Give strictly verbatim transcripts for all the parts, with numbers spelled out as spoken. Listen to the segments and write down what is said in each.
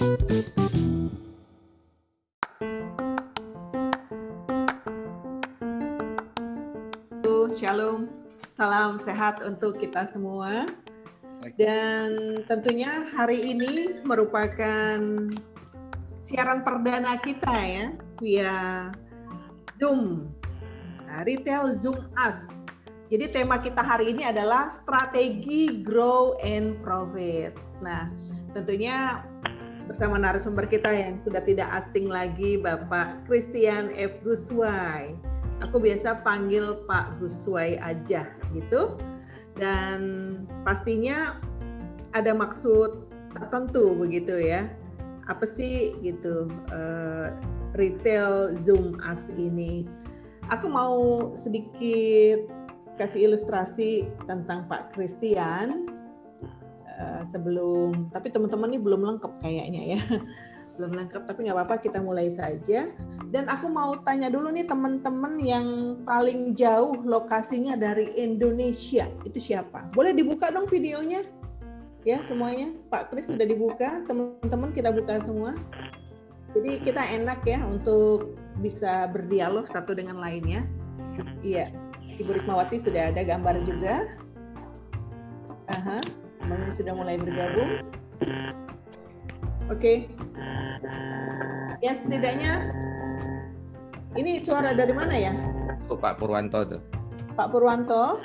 Shalom, salam sehat untuk kita semua. Dan tentunya hari ini merupakan siaran perdana kita ya via Zoom, Retail Zoom Us. Jadi tema kita hari ini adalah strategi grow and profit. Nah, tentunya bersama narasumber kita yang sudah tidak asing lagi, Bapak Christian F. Guswai. Aku biasa panggil Pak Guswai aja gitu. Dan pastinya ada maksud tertentu begitu ya. Apa sih gitu uh, Retail Zoom Us ini? Aku mau sedikit kasih ilustrasi tentang Pak Christian uh, sebelum, tapi teman-teman ini belum lengkap kayaknya ya. Belum lengkap, tapi nggak apa-apa, kita mulai saja. Dan aku mau tanya dulu nih teman-teman yang paling jauh lokasinya dari Indonesia, itu siapa? Boleh dibuka dong videonya? Ya semuanya, Pak Kris sudah dibuka, teman-teman kita buka semua. Jadi kita enak ya untuk bisa berdialog satu dengan lainnya. Iya, Ibu Rismawati sudah ada gambar juga. Aha, semuanya sudah mulai bergabung. Oke. Okay. Ya setidaknya ini suara dari mana ya? Oh, Pak Purwanto tuh. Pak Purwanto.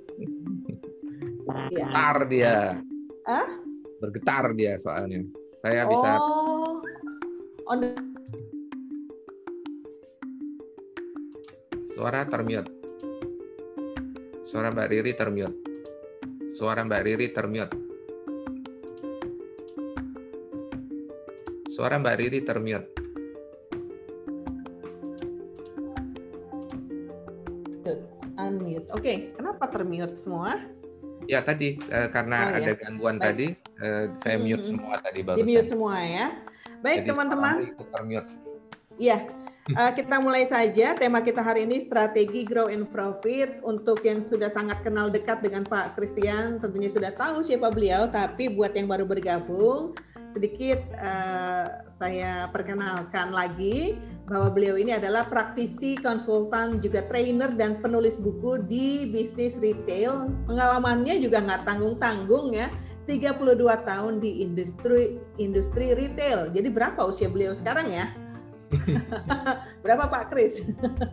Ya. Bergetar dia. Ah? Bergetar dia soalnya. Saya bisa. Oh. On the... Suara termute. Suara Mbak Riri termute. Suara Mbak Riri termute. Suara Mbak Riri termute. Unmute. Oke, okay. Kenapa termute semua? Ya tadi eh, karena oh, ada ya. gangguan Baik. tadi, eh, saya mute mm-hmm. semua tadi barusan. Di mute semua ya. Baik Jadi, teman-teman. Iya, uh, kita mulai saja. Tema kita hari ini strategi grow and profit. Untuk yang sudah sangat kenal dekat dengan Pak Christian, tentunya sudah tahu siapa beliau. Tapi buat yang baru bergabung, sedikit uh, saya perkenalkan lagi bahwa beliau ini adalah praktisi, konsultan, juga trainer dan penulis buku di bisnis retail. Pengalamannya juga nggak tanggung-tanggung ya, tiga puluh dua tahun di industri industri retail. Jadi berapa usia beliau sekarang ya? Berapa Pak Kris?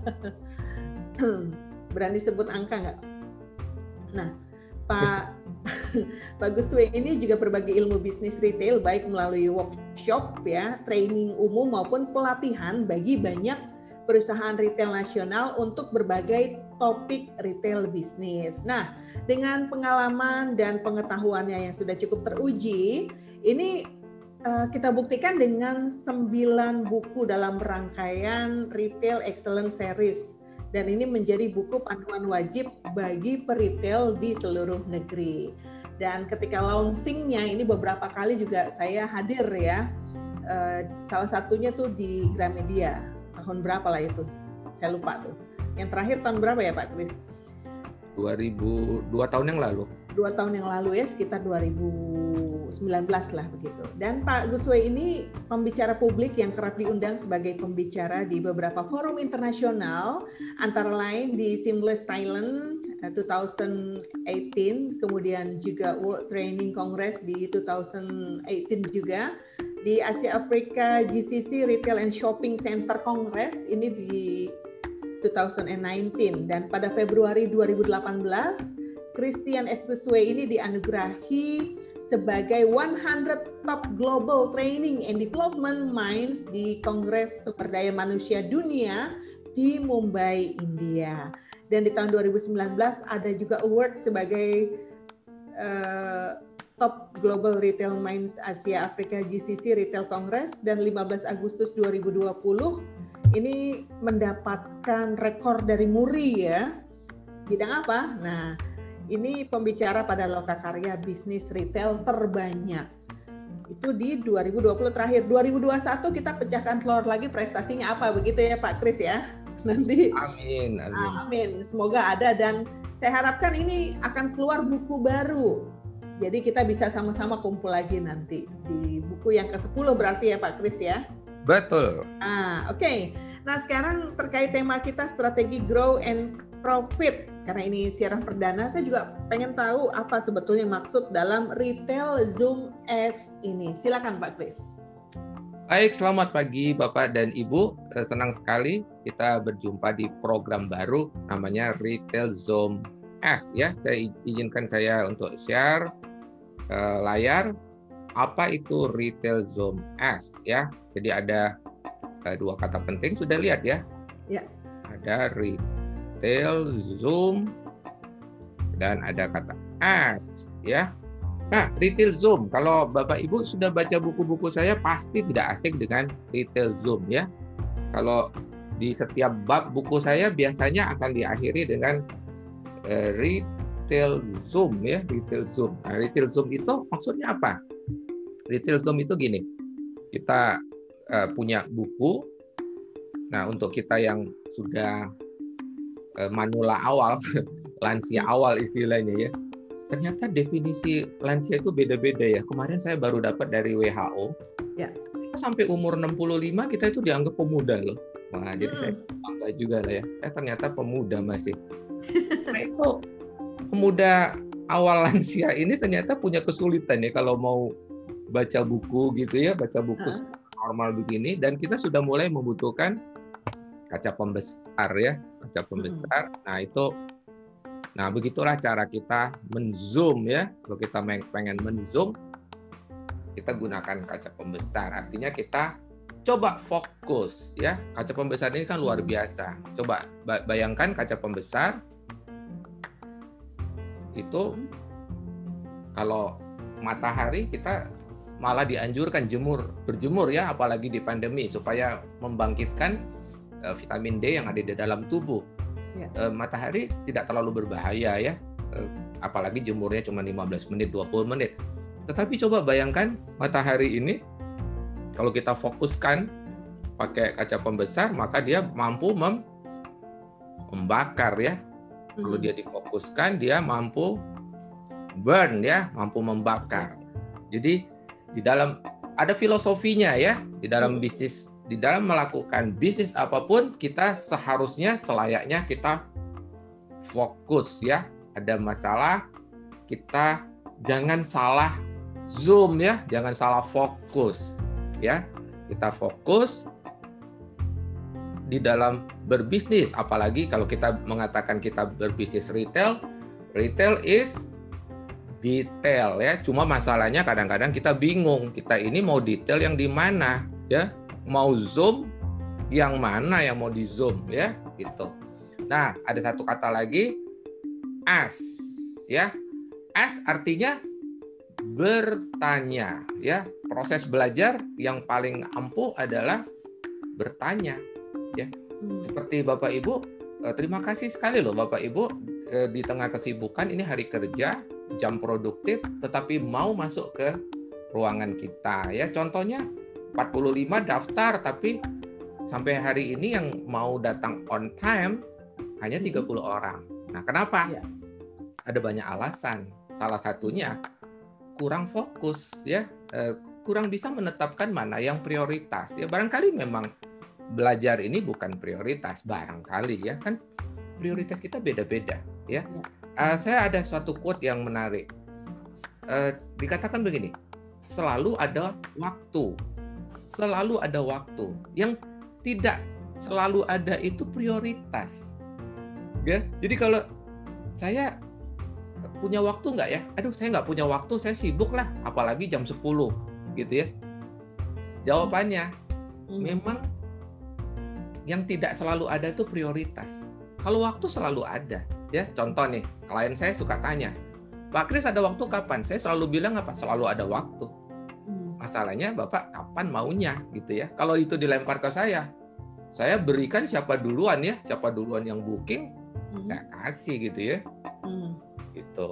Berani sebut angka nggak? Nah, Pak Pak Guswai ini juga berbagi ilmu bisnis retail baik melalui workshop ya, training umum maupun pelatihan bagi banyak perusahaan retail nasional untuk berbagai topik retail bisnis. Nah, dengan pengalaman dan pengetahuannya yang sudah cukup teruji, ini uh, kita buktikan dengan sembilan buku dalam rangkaian Retail Excellence Series. Dan ini menjadi buku panduan wajib bagi peritel di seluruh negeri. Dan ketika launchingnya ini beberapa kali juga saya hadir ya. Uh, salah satunya tuh di Gramedia. Tahun berapa lah itu? Saya lupa tuh. Yang terakhir tahun berapa ya Pak Kris? dua ribu dua tahun yang lalu. Dua tahun yang lalu ya, sekitar dua ribu sembilan belas lah begitu. Dan Pak Guswai ini pembicara publik yang kerap diundang sebagai pembicara di beberapa forum internasional, antara lain di Seamless Thailand dua ribu delapan belas, kemudian juga World Training Congress di dua ribu delapan belas juga, di Asia Afrika G C C Retail and Shopping Center Congress ini di dua ribu sembilan belas, dan pada Februari dua ribu delapan belas Christian F. Guswai ini dianugerahi sebagai seratus Top Global Training and Development Minds di Kongres Sumber Daya Manusia Dunia di Mumbai, India. Dan di tahun dua ribu sembilan belas ada juga award sebagai uh, Top Global Retail Minds Asia Afrika G C C Retail Congress, dan lima belas Agustus dua ribu dua puluh ini mendapatkan rekor dari Muri ya. Bidang apa? Nah, ini pembicara pada lokakarya bisnis retail terbanyak. Itu di dua ribu dua puluh terakhir. dua ribu dua puluh satu kita pecahkan telur lagi, prestasinya apa begitu ya Pak Kris ya. Nanti. Amin, amin. Amin. Semoga ada, dan saya harapkan ini akan keluar buku baru. Jadi kita bisa sama-sama kumpul lagi nanti di buku buku yang kesepuluh berarti ya Pak Kris ya? Betul. Ah, oke. Okay. Nah, sekarang terkait tema kita strategi grow and profit. Karena ini siaran perdana, saya juga pengen tahu apa sebetulnya maksud dalam Retail Zoom S ini. Silakan Pak Kris. Baik, selamat pagi Bapak dan Ibu. Senang sekali kita berjumpa di program baru namanya Retail Zoom S ya. Saya izinkan saya untuk share uh, layar apa itu Retail Zoom S ya. Jadi ada uh, dua kata penting, sudah lihat ya? Ya. Ada Retail Zoom dan ada kata S ya. Nah, Retail Zoom, kalau Bapak Ibu sudah baca buku-buku saya pasti tidak asing dengan Retail Zoom ya. Kalau di setiap bab buku saya biasanya akan diakhiri dengan uh, Retail Zoom ya, Retail Zoom. Nah, Retail Zoom itu maksudnya apa? Retail Zoom itu gini. Kita uh, punya buku. Nah, untuk kita yang sudah uh, manula awal, lansia awal istilahnya ya. Ternyata definisi lansia itu beda-beda ya. Kemarin saya baru dapat dari W H O. Ya. Sampai umur enam puluh lima kita itu dianggap pemuda loh. Wah, hmm. jadi saya bangga juga lah ya. Eh ternyata pemuda masih. Nah itu pemuda awal lansia ini ternyata punya kesulitan ya kalau mau baca buku gitu ya, baca buku uh. normal begini, dan kita sudah mulai membutuhkan kaca pembesar ya, kaca pembesar. Hmm. Nah itu, nah begitulah cara kita men-zoom ya. Kalau kita pengen men-zoom, kita gunakan kaca pembesar. Artinya kita coba fokus ya. Kaca pembesar ini kan luar biasa. Coba bayangkan kaca pembesar itu kalau matahari kita malah dianjurkan jemur, berjemur ya, apalagi di pandemi supaya membangkitkan uh, vitamin D yang ada di dalam tubuh. Ya. Uh, matahari tidak terlalu berbahaya ya, uh, apalagi jemurnya cuma lima belas menit, dua puluh menit. Tetapi coba bayangkan matahari ini kalau kita fokuskan pakai kaca pembesar, maka dia mampu mem membakar ya. Hmm. Kalau dia difokuskan, dia mampu burn ya, mampu membakar. Jadi di dalam ada filosofinya ya, di dalam bisnis, di dalam melakukan bisnis apapun kita seharusnya selayaknya kita fokus ya. Ada masalah kita jangan salah zoom ya, jangan salah fokus ya. Kita fokus di dalam berbisnis, apalagi kalau kita mengatakan kita berbisnis retail, retail is detail ya. Cuma masalahnya kadang-kadang kita bingung, kita ini mau detail yang di mana ya, mau zoom yang mana yang mau di zoom ya gitu. Nah ada satu kata lagi, ask ya. Ask artinya bertanya ya. Proses belajar yang paling ampuh adalah bertanya ya. Seperti Bapak Ibu, terima kasih sekali loh Bapak Ibu, di tengah kesibukan ini hari kerja, jam produktif, tetapi mau masuk ke ruangan kita ya. Contohnya empat puluh lima daftar, tapi sampai hari ini yang mau datang on time hanya tiga puluh orang. Nah kenapa? Ya. Ada banyak alasan. Salah satunya kurang fokus ya, eh, kurang bisa menetapkan mana yang prioritas ya. Barangkali memang belajar ini bukan prioritas, barangkali ya, kan prioritas kita beda-beda ya. Uh, saya ada suatu quote yang menarik. Uh, dikatakan begini, selalu ada waktu, selalu ada waktu. Yang tidak selalu ada itu prioritas. Ya, jadi kalau saya punya waktu nggak ya? Aduh, saya nggak punya waktu, saya sibuk lah, apalagi jam sepuluh, gitu ya. Jawabannya, hmm. memang yang tidak selalu ada itu prioritas. Kalau waktu selalu ada. Ya, contoh nih, klien saya suka tanya, Pak Kris ada waktu kapan? Saya selalu bilang apa? Selalu ada waktu. Masalahnya Bapak kapan maunya gitu ya. Kalau itu dilempar ke saya, saya berikan siapa duluan ya, siapa duluan yang booking, hmm. saya kasih gitu ya. Hmm. Gitu.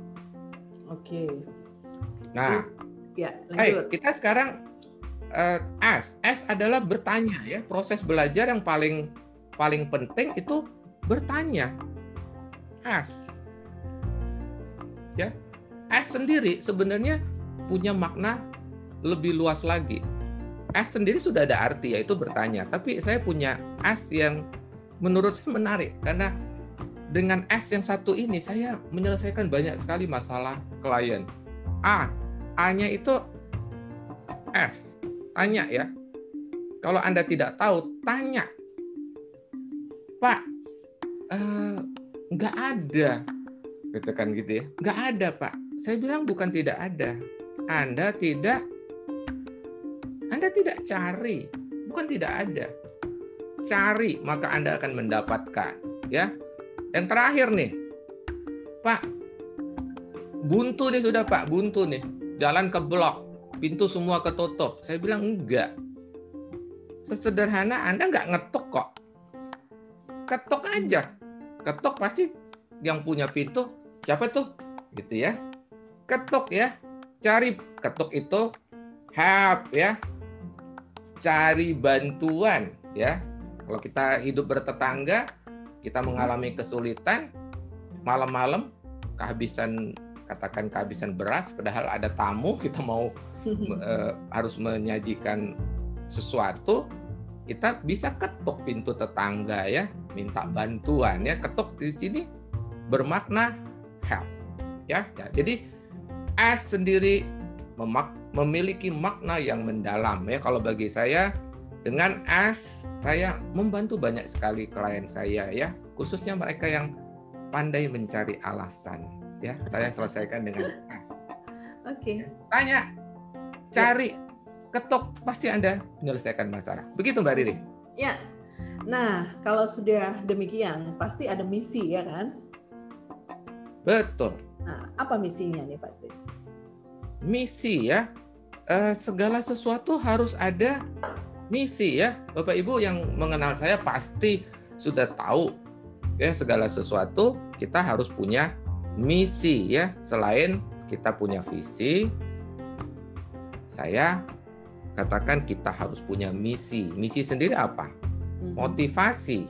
Oke. Nah, ya, hey, kita sekarang uh, ask. Ask adalah bertanya ya. Proses belajar yang paling paling penting itu bertanya. Ask. Ya. Ask sendiri sebenarnya punya makna lebih luas lagi. Ask sendiri sudah ada arti, yaitu bertanya. Tapi saya punya ask yang menurut saya menarik, karena dengan ask yang satu ini saya menyelesaikan banyak sekali masalah klien. A, A-nya itu ask, tanya ya. Kalau Anda tidak tahu, tanya. Pak, eh, nggak ada, gitu kan gitu ya. Nggak ada, Pak. Saya bilang bukan tidak ada. Anda tidak, Anda tidak cari, bukan tidak ada. Cari, maka Anda akan mendapatkan. Ya. Yang terakhir nih, Pak, buntu nih sudah Pak, buntu nih. Jalan ke blok, pintu semua ketutup. Saya bilang enggak. Sesederhana Anda nggak ngetuk kok. Ketuk aja. Ketuk pasti yang punya pintu, siapa tuh? Gitu ya. Ketuk ya. Cari, ketuk itu help ya. Cari bantuan ya. Kalau kita hidup bertetangga, kita mengalami kesulitan, malam-malam kehabisan, katakan kehabisan beras, padahal ada tamu, kita mau eh, harus menyajikan sesuatu, kita bisa ketuk pintu tetangga ya, minta bantuan ya. Ketuk di sini bermakna help ya. Ya, jadi ask sendiri memak- memiliki makna yang mendalam ya. Kalau bagi saya, dengan ask saya membantu banyak sekali klien saya ya, khususnya mereka yang pandai mencari alasan ya. Saya selesaikan dengan ask. Oke. Okay. Tanya, cari, ketuk, pasti Anda menyelesaikan masalah. Begitu Mbak Riri? Ya. Nah, kalau sudah demikian, pasti ada misi ya kan? Betul. Nah, apa misinya nih Pak Kris? Misi ya, eh, segala sesuatu harus ada misi ya. Bapak Ibu yang mengenal saya pasti sudah tahu ya, segala sesuatu kita harus punya misi ya. Selain kita punya visi, saya katakan kita harus punya misi. Misi sendiri apa? Motivasi.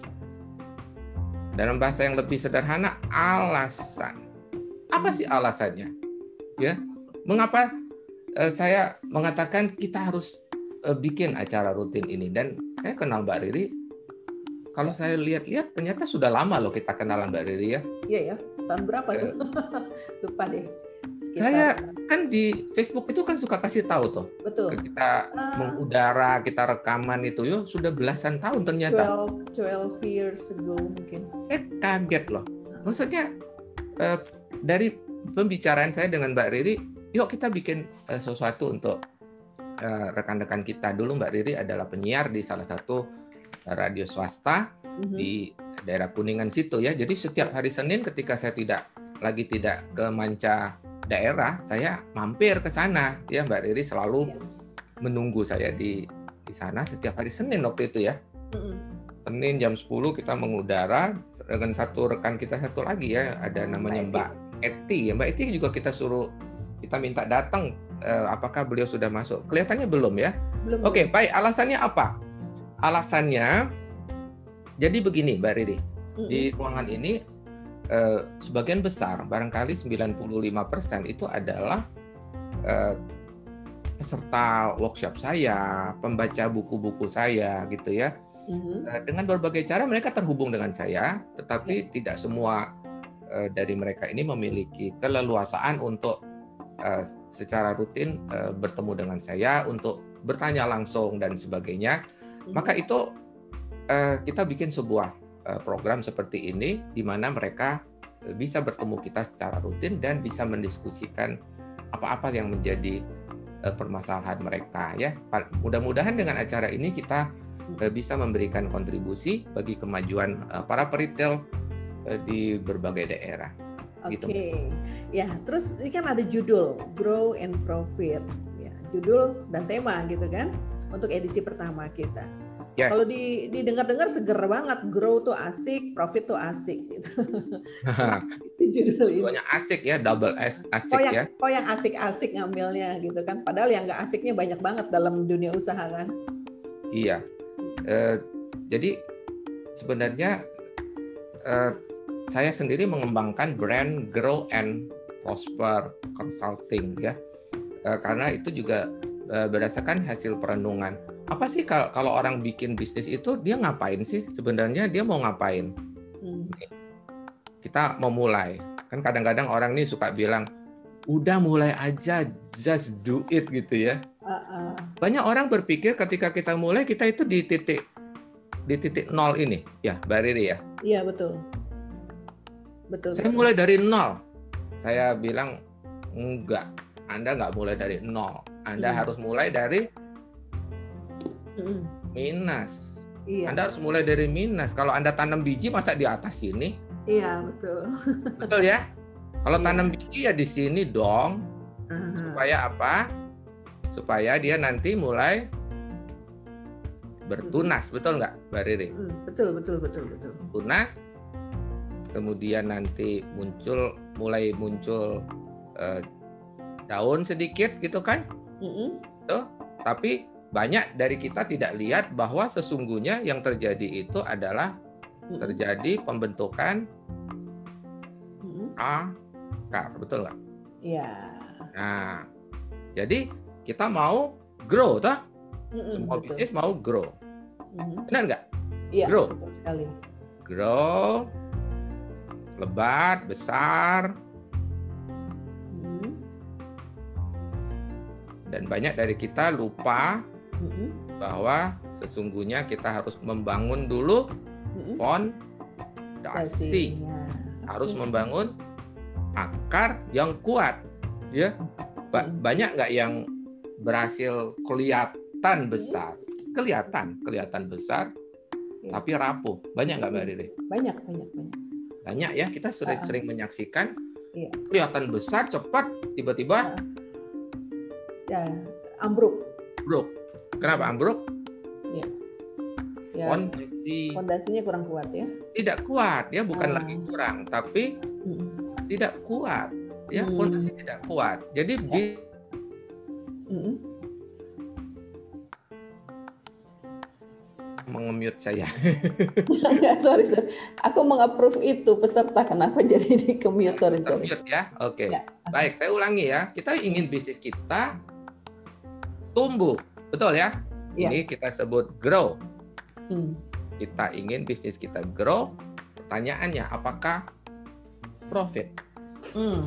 Dalam bahasa yang lebih sederhana, alasan. Apa sih alasannya? Ya, mengapa eh, saya mengatakan kita harus bikin acara rutin ini? Dan saya kenal Mbak Riri, kalau saya lihat-lihat ternyata sudah lama loh kita kenalan Mbak Riri ya. Iya ya, tahun berapa tuh? Lupa deh. Sekitar... Saya kan di Facebook itu kan suka kasih tahu tuh. Betul. Kita uh, mengudara, kita rekaman itu yo sudah belasan tahun ternyata. twelve years ago mungkin. Eh kaget loh. Maksudnya eh, dari pembicaraan saya dengan Mbak Riri, yuk kita bikin eh, sesuatu untuk rekan-rekan kita. Dulu Mbak Riri adalah penyiar di salah satu radio swasta mm-hmm. di daerah Kuningan situ ya. Jadi setiap hari Senin ketika saya tidak lagi tidak ke manca daerah, saya mampir ke sana ya. Mbak Riri selalu yeah. menunggu saya di di sana setiap hari Senin waktu itu ya. Mm-hmm. Senin jam sepuluh kita mengudara dengan satu rekan kita satu lagi ya, ada namanya Mbak Eti. Ya, Mbak Eti juga kita suruh, kita minta datang. Apakah beliau sudah masuk? Kelihatannya belum ya. Belum. Oke, baik. Alasannya apa? Alasannya, jadi begini Mbak Riri. Mm-hmm. Di ruangan ini, eh, sebagian besar, barangkali sembilan puluh lima persen itu adalah eh, peserta workshop saya, pembaca buku-buku saya gitu ya. Mm-hmm. Eh, dengan berbagai cara mereka terhubung dengan saya, tetapi yeah. tidak semua eh, dari mereka ini memiliki keleluasaan untuk Uh, secara rutin uh, bertemu dengan saya untuk bertanya langsung dan sebagainya. Maka itu uh, kita bikin sebuah uh, program seperti ini di mana mereka uh, bisa bertemu kita secara rutin dan bisa mendiskusikan apa-apa yang menjadi uh, permasalahan mereka ya. Mudah-mudahan dengan acara ini kita uh, bisa memberikan kontribusi bagi kemajuan uh, para peritel uh, di berbagai daerah. Oke, okay. Ya. Terus ini kan ada judul Grow and Profit, ya, judul dan tema gitu kan untuk edisi pertama kita. Yes. Kalau di didengar-dengar seger banget, grow tuh asik, profit tuh asik gitu. Judul ini. Pokoknya asik ya, double S asik kok yang, ya. Kok yang asik-asik ngambilnya gitu kan? Padahal yang nggak asiknya banyak banget dalam dunia usaha kan? Iya. Eh, jadi sebenarnya eh, saya sendiri mengembangkan brand Grow and Prosper Consulting ya, e, karena itu juga uh, berdasarkan hasil perenungan. Apa sih kalau kalau orang bikin bisnis itu dia ngapain sih? Sebenarnya dia mau ngapain? Hmm. Kita mau mulai. Kan kadang-kadang orang nih suka bilang, udah mulai aja, just do it gitu ya. Uh-uh. Banyak orang berpikir ketika kita mulai kita itu di titik di titik nol ini, ya, Mbak Riri ya. Iya betul. Betul. Saya betul. mulai dari nol. Saya bilang enggak. Anda nggak mulai dari nol. Anda hmm. harus mulai dari hmm. minus. Iya. Anda harus mulai dari minus. Kalau Anda tanam biji masa di atas sini? Iya betul. Betul ya. Kalau iya. tanam biji ya di sini dong. Uh-huh. Supaya apa? Supaya dia nanti mulai bertunas, hmm. betul nggak, Mbak Riri? Hmm. Betul, betul, betul, betul. Tunas, kemudian nanti muncul, mulai muncul eh, daun sedikit, gitu kan? Hmm. Tuh. Tapi banyak dari kita tidak lihat bahwa sesungguhnya yang terjadi itu adalah hmm. terjadi pembentukan hmm. akar, betul nggak? Iya. Nah, jadi kita mau grow, toh? Mm-mm, semua betul. Bisnis mau grow, mm-hmm. benar nggak? Iya, grow, betul sekali. Grow, lebat, besar, mm-hmm. dan banyak dari kita lupa mm-hmm. bahwa sesungguhnya kita harus membangun dulu mm-hmm. fondasi, harus mm-hmm. membangun akar yang kuat, ya. Ba- mm-hmm. Banyak nggak yang berhasil kelihatan besar, kelihatan, kelihatan besar, ya. Tapi rapuh. Banyak nggak Mbak Riri? Banyak, banyak, banyak. Banyak ya, kita sering, uh-uh. sering menyaksikan, ya. Kelihatan besar, cepat, tiba-tiba, uh-uh. ya, ambruk. Ambruk. Kenapa ambruk? Ya. Ya. Fondasi. Fondasinya kurang kuat ya? Tidak kuat, ya, bukan uh. lagi kurang, tapi uh-uh. tidak kuat, ya, uh. fondasi tidak kuat. Jadi ya. di Mm-hmm. mengemute saya. Ya, sorry, sorry. Aku mengapprove itu peserta, kenapa jadi di kemute? Sorry, sorry. Mute ya, oke. Okay. Ya. Baik, saya ulangi ya. Kita ingin bisnis kita tumbuh, betul ya? Ya. Ini kita sebut grow. Hmm. Kita ingin bisnis kita grow. Pertanyaannya, apakah profit? Hmm.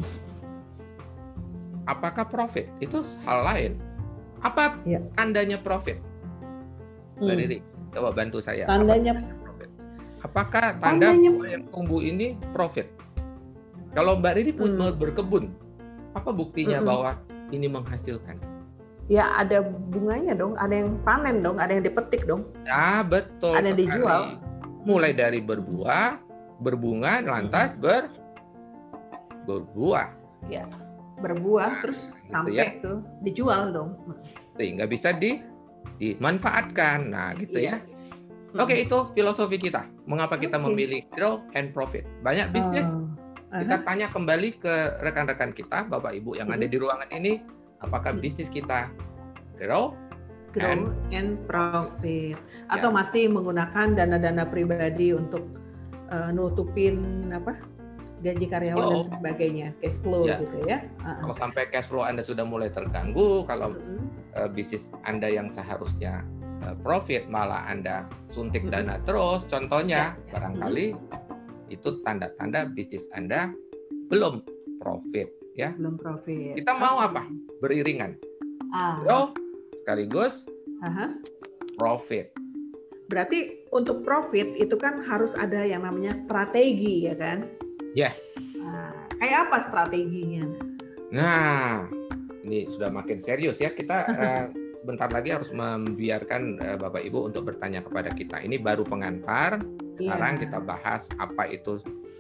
Apakah profit? Itu hal lain. Apa ya. Tandanya profit? Mbak hmm. Riri, coba bantu saya. Tandanya Apa profit? Apakah tanda tandanya... yang tumbuh ini profit? Kalau Mbak Riri hmm. mau berkebun, apa buktinya hmm. bahwa ini menghasilkan? Ya ada bunganya dong, ada yang panen dong, ada yang dipetik dong. Ya betul. Ada yang dijual. Mulai dari berbuah, berbunga, lantas ber berbuah. Ya. Berbuah, nah, terus gitu sampai ya. Ke dijual dong. Sehingga bisa di, dimanfaatkan. Nah, gitu iya. ya. Oke, itu filosofi kita. Mengapa kita okay. memilih grow and profit. Banyak bisnis. Uh, uh-huh. Kita tanya kembali ke rekan-rekan kita, Bapak Ibu yang uh-huh. ada di ruangan ini, apakah uh-huh. bisnis kita grow, grow and, and profit. Atau ya. Masih menggunakan dana-dana pribadi untuk uh, nutupin apa? gaji karyawan flow. Dan sebagainya, cash flow ya. Gitu ya. Uh-huh. Kalau sampai cash flow Anda sudah mulai terganggu, kalau uh-huh. uh, bisnis Anda yang seharusnya uh, profit malah Anda suntik uh-huh. dana terus, contohnya ya. Barangkali uh-huh. itu tanda-tanda bisnis Anda belum profit, ya. Belum profit. Kita mau apa? Beriringan. Ah. Grow sekaligus uh-huh. profit. Berarti untuk profit itu kan harus ada yang namanya strategi, ya kan? Yes. Nah, kayak apa strateginya? Nah, ini sudah makin serius ya. Kita uh, sebentar lagi harus membiarkan uh, Bapak Ibu untuk bertanya kepada kita. Ini baru pengantar. Sekarang yeah. kita bahas apa itu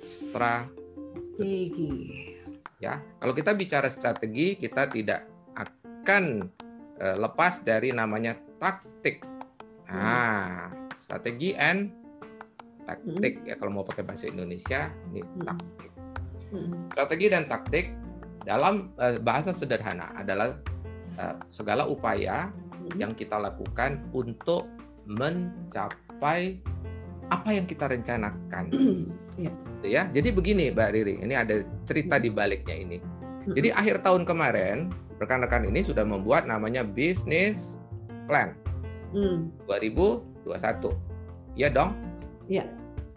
strategi. Ya, kalau kita bicara strategi, kita tidak akan uh, lepas dari namanya taktik. Nah, hmm. strategi and taktik hmm. ya, kalau mau pakai bahasa Indonesia ini hmm. taktik. Hmm. Strategi dan taktik dalam uh, bahasa sederhana adalah uh, segala upaya hmm. yang kita lakukan untuk mencapai apa yang kita rencanakan. Ya. Ya, jadi begini Mbak Riri, ini ada cerita di baliknya ini. Hmm. Jadi akhir tahun kemarin, rekan-rekan ini sudah membuat namanya business plan Hmm. dua ribu dua puluh satu. Iya dong? Iya.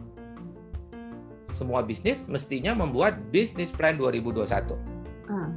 Semua bisnis mestinya membuat business plan dua ribu dua puluh satu. Ah.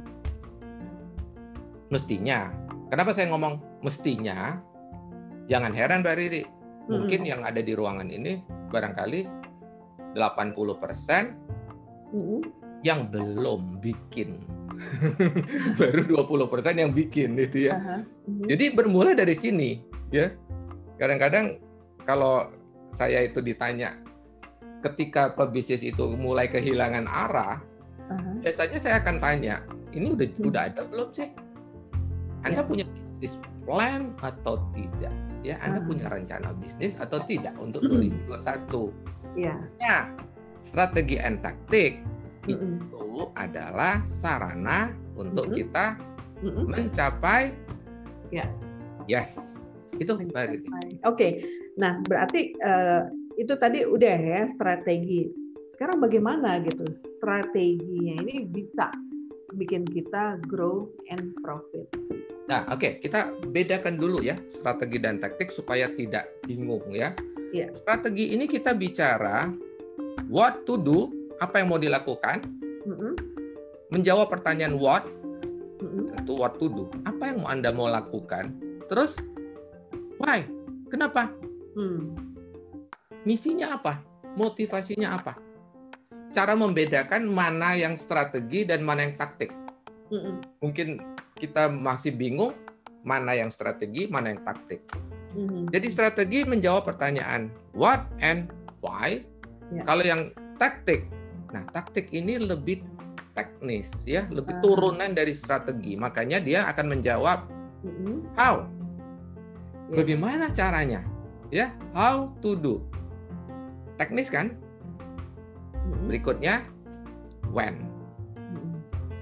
Mestinya. Kenapa saya ngomong mestinya? Jangan heran Mbak Riri. Mungkin Mm-mm. yang ada di ruangan ini barangkali delapan puluh persen Mm-mm. yang belum bikin. Baru dua puluh persen yang bikin itu ya. Aha. Mhm. Jadi bermula dari sini ya. Kadang-kadang kalau saya itu ditanya ketika pebisnis itu mulai kehilangan arah, Aha. biasanya saya akan tanya, ini udah Hmm. udah ada belum sih? Anda Ya. punya bisnis plan atau tidak? Ya, Anda Ah. punya rencana bisnis atau tidak untuk dua ribu dua puluh satu? Iya. Ya, strategi and taktik Mm-mm. itu adalah sarana untuk Mm-mm. kita Mm-mm. mencapai Ya. yes. Itu Mbak Riri. Oke, nah berarti eh, itu tadi udah ya strategi. Sekarang bagaimana gitu strateginya ini bisa bikin kita grow and profit. Nah, oke, kita bedakan dulu ya strategi dan taktik supaya tidak bingung ya. Iya. Strategi ini kita bicara what to do, apa yang mau dilakukan, Mm-mm. menjawab pertanyaan what, Mm-mm. itu what to do, apa yang Anda mau lakukan, terus why, kenapa, Hmm. misinya apa, motivasinya apa, cara membedakan mana yang strategi dan mana yang taktik. Mm-mm. Mungkin kita masih bingung mana yang strategi, mana yang taktik. Mm-mm. Jadi strategi menjawab pertanyaan what and why. Ya. Kalau yang taktik, nah taktik ini lebih teknis ya, lebih Ah. turunan dari strategi. Makanya dia akan menjawab Mm-mm. how, Ya. bagaimana caranya, ya, how to do. Teknis kan? Mm-mm. Berikutnya when, Mm-mm.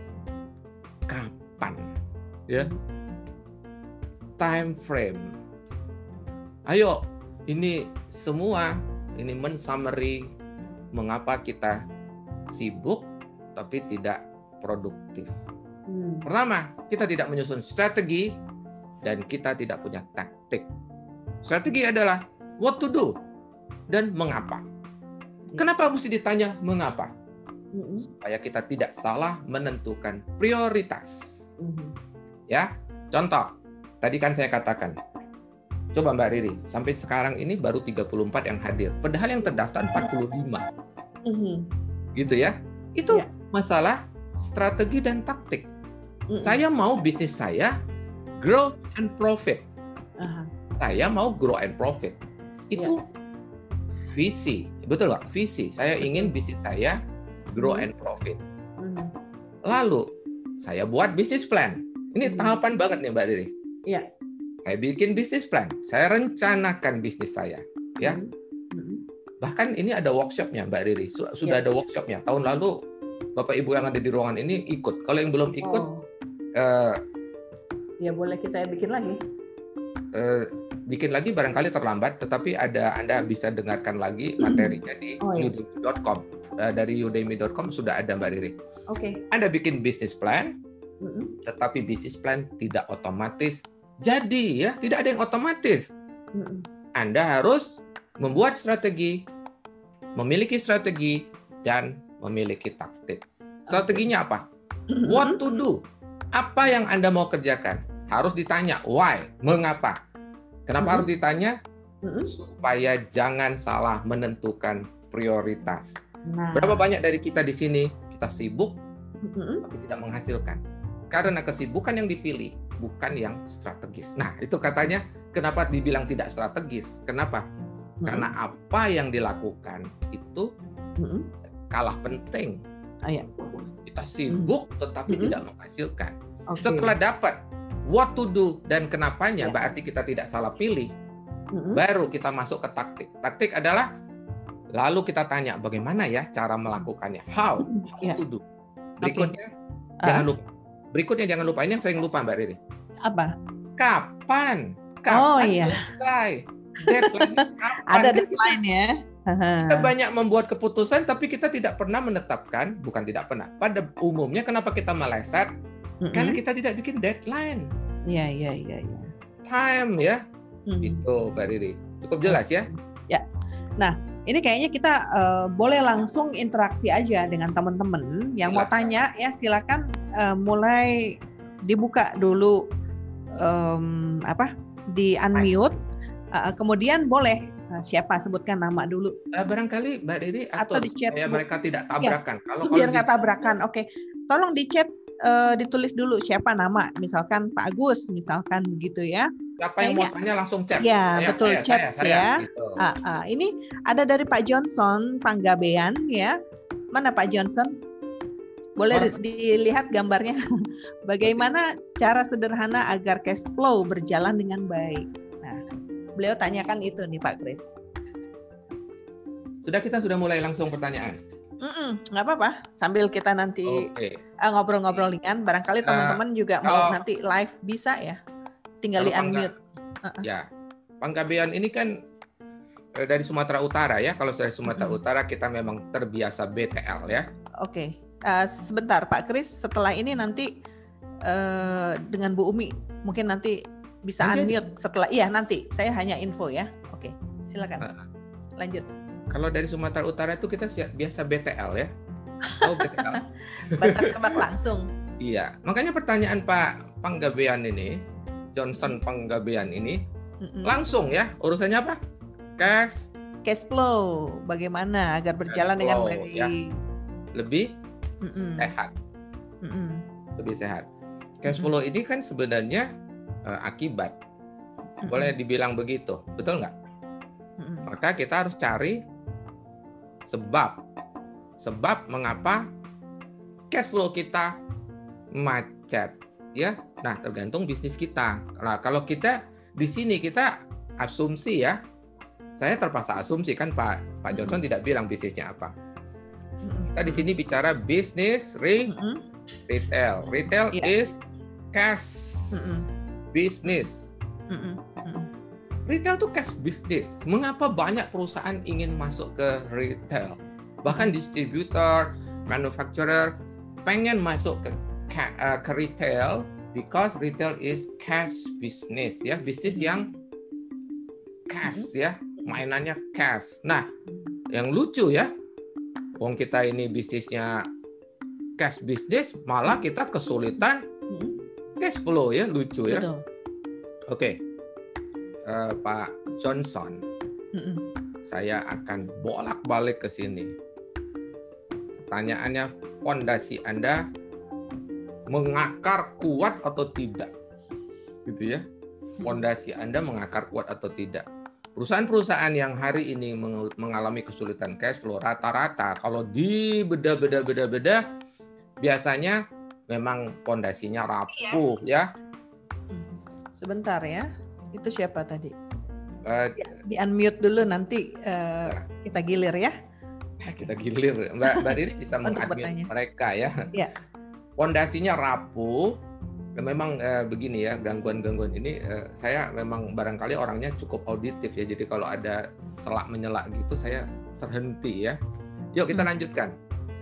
kapan, ya, time frame. Ayo, ini semua ini men-summary mengapa kita sibuk tapi tidak produktif. Hmm. Pertama, kita tidak menyusun strategi dan kita tidak punya taktik. Strategi adalah what to do dan mengapa. Kenapa mesti ditanya mengapa? Mm-mm. Supaya kita tidak salah menentukan prioritas. Mhm. Ya, contoh. Tadi kan saya katakan, coba Mbak Riri, sampai sekarang ini baru tiga puluh empat yang hadir. Padahal yang terdaftar empat puluh lima. Mhm. Gitu ya. Itu Ya. masalah strategi dan taktik. Mm-mm. Saya mau bisnis saya grow and profit. Aha. Saya mau grow and profit. Itu visi. Betul nggak? Visi. Saya ingin bisnis saya grow Hmm. and profit. Mhm. Lalu, saya buat bisnis plan. Ini Hmm. tahapan banget nih Mbak Riri. Iya. Saya bikin bisnis plan. Saya rencanakan bisnis saya. Ya. Mhm. Mhm. Bahkan ini ada workshopnya Mbak Riri. Su- Sudah Ya. ada workshopnya. Tahun lalu Bapak Ibu yang ada di ruangan ini ikut. Kalau yang belum ikut, Oh. eh, Ya boleh kita bikin lagi. eh, bikin lagi barangkali terlambat, tetapi ada Anda bisa dengarkan lagi materinya di Oh, ya. udemy dot com. Eh, dari udemy dot com sudah ada Mbak Riri. Oke. Anda bikin bisnis plan, Mm-mm. tetapi bisnis plan tidak otomatis jadi ya, tidak ada yang otomatis. Mm-mm. Anda harus membuat strategi, memiliki strategi, dan memiliki taktik. Strateginya apa? What to do? Apa yang Anda mau kerjakan? Harus ditanya why, mengapa. Kenapa Mhm. harus ditanya? Mm-mm. Supaya jangan salah menentukan prioritas. Nah. Berapa banyak dari kita di sini kita sibuk Mm-mm. tapi tidak menghasilkan? Karena kesibukan yang dipilih bukan yang strategis. Nah, itu katanya kenapa dibilang tidak strategis? Kenapa? Mm-mm. Karena apa yang dilakukan itu Mm-mm. kalah penting. Ah, ya. Kita sibuk tetapi Mm-mm. tidak menghasilkan. Oke. Setelah dapat what to do dan kenapanya, Ya. berarti kita tidak salah pilih. Mm-mm. Baru kita masuk ke taktik. Taktik adalah lalu kita tanya bagaimana ya cara melakukannya. How? How Ya. to do. Berikutnya Ah. jangan lupa. Berikutnya jangan lupa, ini yang saya lupa Mbak Riri. Apa? Kapan? Kapan Oh, iya. selesai? Deadline kapan? Ada Kan deadline ya. Kita banyak membuat keputusan tapi kita tidak pernah menetapkan, bukan tidak pernah. Pada umumnya kenapa kita meleset? Mm-hmm. Karena kita tidak bikin deadline. Iya, iya, iya. Ya. Time ya. Mm-hmm. Itu Mbak Riri. Cukup jelas ya? Ya. Nah, ini kayaknya kita uh, boleh langsung interaksi aja dengan teman-teman yang silakan. Mau tanya ya, silakan uh, mulai dibuka dulu um, apa di unmute, uh, kemudian boleh uh, siapa sebutkan nama dulu. Uh, barangkali Mbak Riri atau, atau di chat supaya mereka tidak tabrakan. Ya, kalau biar kalau nggak di... tabrakan, oke. Okay. Tolong di chat uh, ditulis dulu siapa nama, misalkan Pak Agus, misalkan begitu ya. Siapa yang Kayaknya, mau tanya langsung chat. Ya, saya, betul saya, chat saya, saya, ya. Gitu. Uh, uh, ini ada dari Pak Johnson Panggabean ya. Mana Pak Johnson? Boleh oh. dilihat gambarnya. Bagaimana cara sederhana agar cash flow berjalan dengan baik. Nah, beliau tanyakan itu nih Pak Kris. Sudah kita sudah mulai langsung pertanyaan. Mm-mm, nggak apa-apa. Sambil kita nanti okay. uh, ngobrol-ngobrol ringan. Barangkali teman-teman uh, juga kalau, mau nanti live bisa ya. Tinggal di unmute. Uh-uh. Ya, Panggabean ini kan eh, dari Sumatera Utara ya. Kalau dari Sumatera mm-hmm. Utara kita memang terbiasa B T L ya. Oke, okay. uh, sebentar Pak Kris. Setelah ini nanti uh, dengan Bu Umi mungkin nanti bisa nanti unmute. Aja. Setelah iya nanti saya hanya info ya. Oke, okay. Silakan. Uh-uh. Lanjut. Kalau dari Sumatera Utara itu kita biasa B T L ya. Oh B T L. Bantar gebak langsung. Iya, makanya pertanyaan Pak Panggabean ini. Johnson Panggabean ini mm-mm. langsung ya urusannya apa? Cash cash flow bagaimana agar berjalan flow, dengan baik ya. Lebih mm-mm. sehat mm-mm. lebih sehat cash flow mm-mm. ini kan sebenarnya uh, akibat mm-mm. boleh dibilang begitu, betul nggak? Mm-mm. Maka kita harus cari sebab sebab mengapa cash flow kita macet ya. Nah, tergantung bisnis kita. Nah, kalau kita di sini kita asumsi ya. Saya terpaksa asumsi kan Pak Pak Johnson mm-hmm. tidak bilang bisnisnya apa. Kita di sini bicara bisnis re- mm-hmm. retail. Retail yeah. is cash mm-hmm. business. Mm-hmm. Retail itu cash business. Mengapa banyak perusahaan ingin masuk ke retail? Bahkan distributor, manufacturer pengen masuk ke ke, uh, ke retail. Because retail is cash business ya, bisnis yang cash ya, mainannya cash. Nah, yang lucu ya, wong kita ini bisnisnya cash business, malah kita kesulitan cash flow ya, lucu ya. Oke, okay. uh, Pak Johnson, saya akan bolak-balik ke sini. Pertanyaannya, fondasi Anda mengakar kuat atau tidak, gitu ya. Fondasi Anda mengakar kuat atau tidak. Perusahaan-perusahaan yang hari ini mengalami kesulitan cash flow rata-rata kalau di beda-beda-beda-beda biasanya memang fondasinya rapuh ya. Sebentar ya, itu siapa tadi? Uh, di unmute dulu nanti uh, ya. Kita gilir ya. Kita gilir, Mbak Mbak Riri bisa mengadmit mereka ya. Ya. Fondasinya rapuh, memang eh, begini ya, gangguan-gangguan ini eh, saya memang barangkali orangnya cukup auditif ya, jadi kalau ada selak menyelak gitu saya terhenti ya. Yuk kita lanjutkan.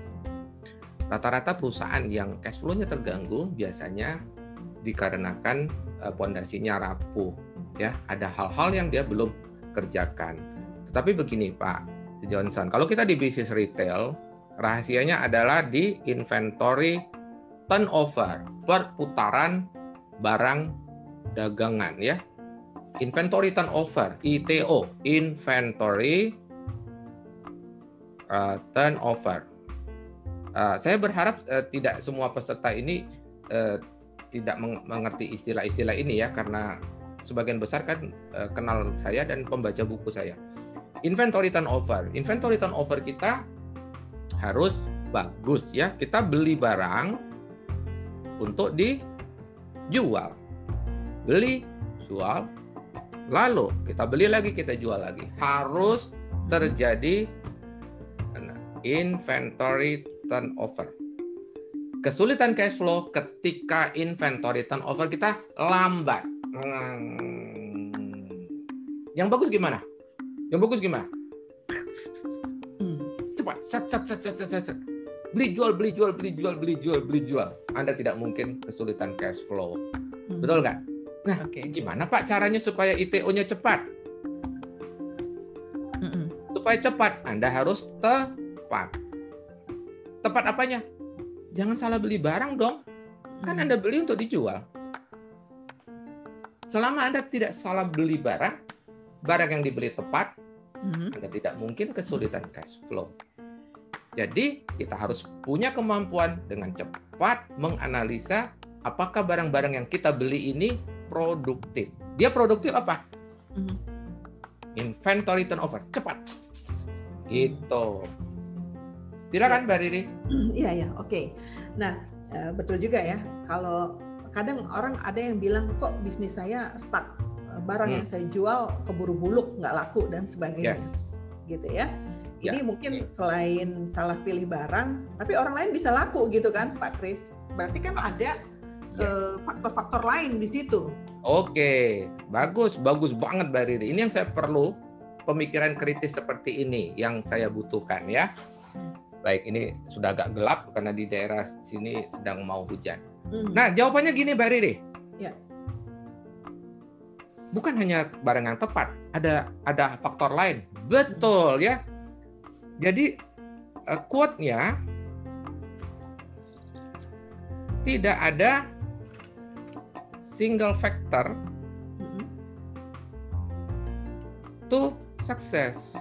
Rata-rata perusahaan yang cash flow-nya terganggu biasanya dikarenakan eh, fondasinya rapuh ya, ada hal-hal yang dia belum kerjakan. Tetapi begini Pak Johnson, kalau kita di bisnis retail, rahasianya adalah di inventory turnover, perputaran barang dagangan ya. Inventory turnover, I T O, inventory uh, turnover. Uh, saya berharap uh, tidak semua peserta ini uh, tidak meng- mengerti istilah-istilah ini ya, karena sebagian besar kan uh, kenal saya dan pembaca buku saya. Inventory turnover, inventory turnover kita harus bagus ya. Kita beli barang untuk dijual, beli, jual, lalu kita beli lagi, kita jual lagi. Harus terjadi inventory turnover. Kesulitan cash flow ketika inventory turnover kita lambat. Hmm. Yang bagus gimana? Yang bagus gimana? Cepat, set, set, set, set, set, set. beli jual beli jual beli jual beli jual beli jual. Anda tidak mungkin kesulitan cash flow. Hmm. Betul nggak? Nah, okay. Gimana Pak caranya supaya I T O-nya cepat? Mm-mm. Supaya cepat, Anda harus tepat. Tepat apanya? Jangan salah beli barang dong. Kan Anda beli untuk dijual. Selama Anda tidak salah beli barang, barang yang dibeli tepat, mm-hmm. Anda tidak mungkin kesulitan cash flow. Jadi, kita harus punya kemampuan dengan cepat menganalisa apakah barang-barang yang kita beli ini produktif. Dia produktif apa? Mm-hmm. Inventory turnover. Cepat. Gitu. Silakan Mbak Riri. Iya, ya, oke. Okay. Nah, betul juga ya. Kalau kadang orang ada yang bilang, kok bisnis saya stuck. Barang hmm. yang saya jual keburu buluk, nggak laku, dan sebagainya. Yes. Gitu ya. Ini ya. Mungkin selain salah pilih barang, tapi orang lain bisa laku gitu kan, Pak Kris? Berarti kan ada yes. uh, faktor-faktor lain di situ. Oke, bagus, bagus banget Mbak Riri. Ini yang saya perlu, pemikiran kritis seperti ini yang saya butuhkan ya. Baik, ini sudah agak gelap karena di daerah sini sedang mau hujan. Hmm. Nah, jawabannya gini Mbak Riri. Ya. Bukan hanya barang yang tepat, ada ada faktor lain. Betul ya. Jadi uh, quote-nya tidak ada single factor mm-hmm. to success.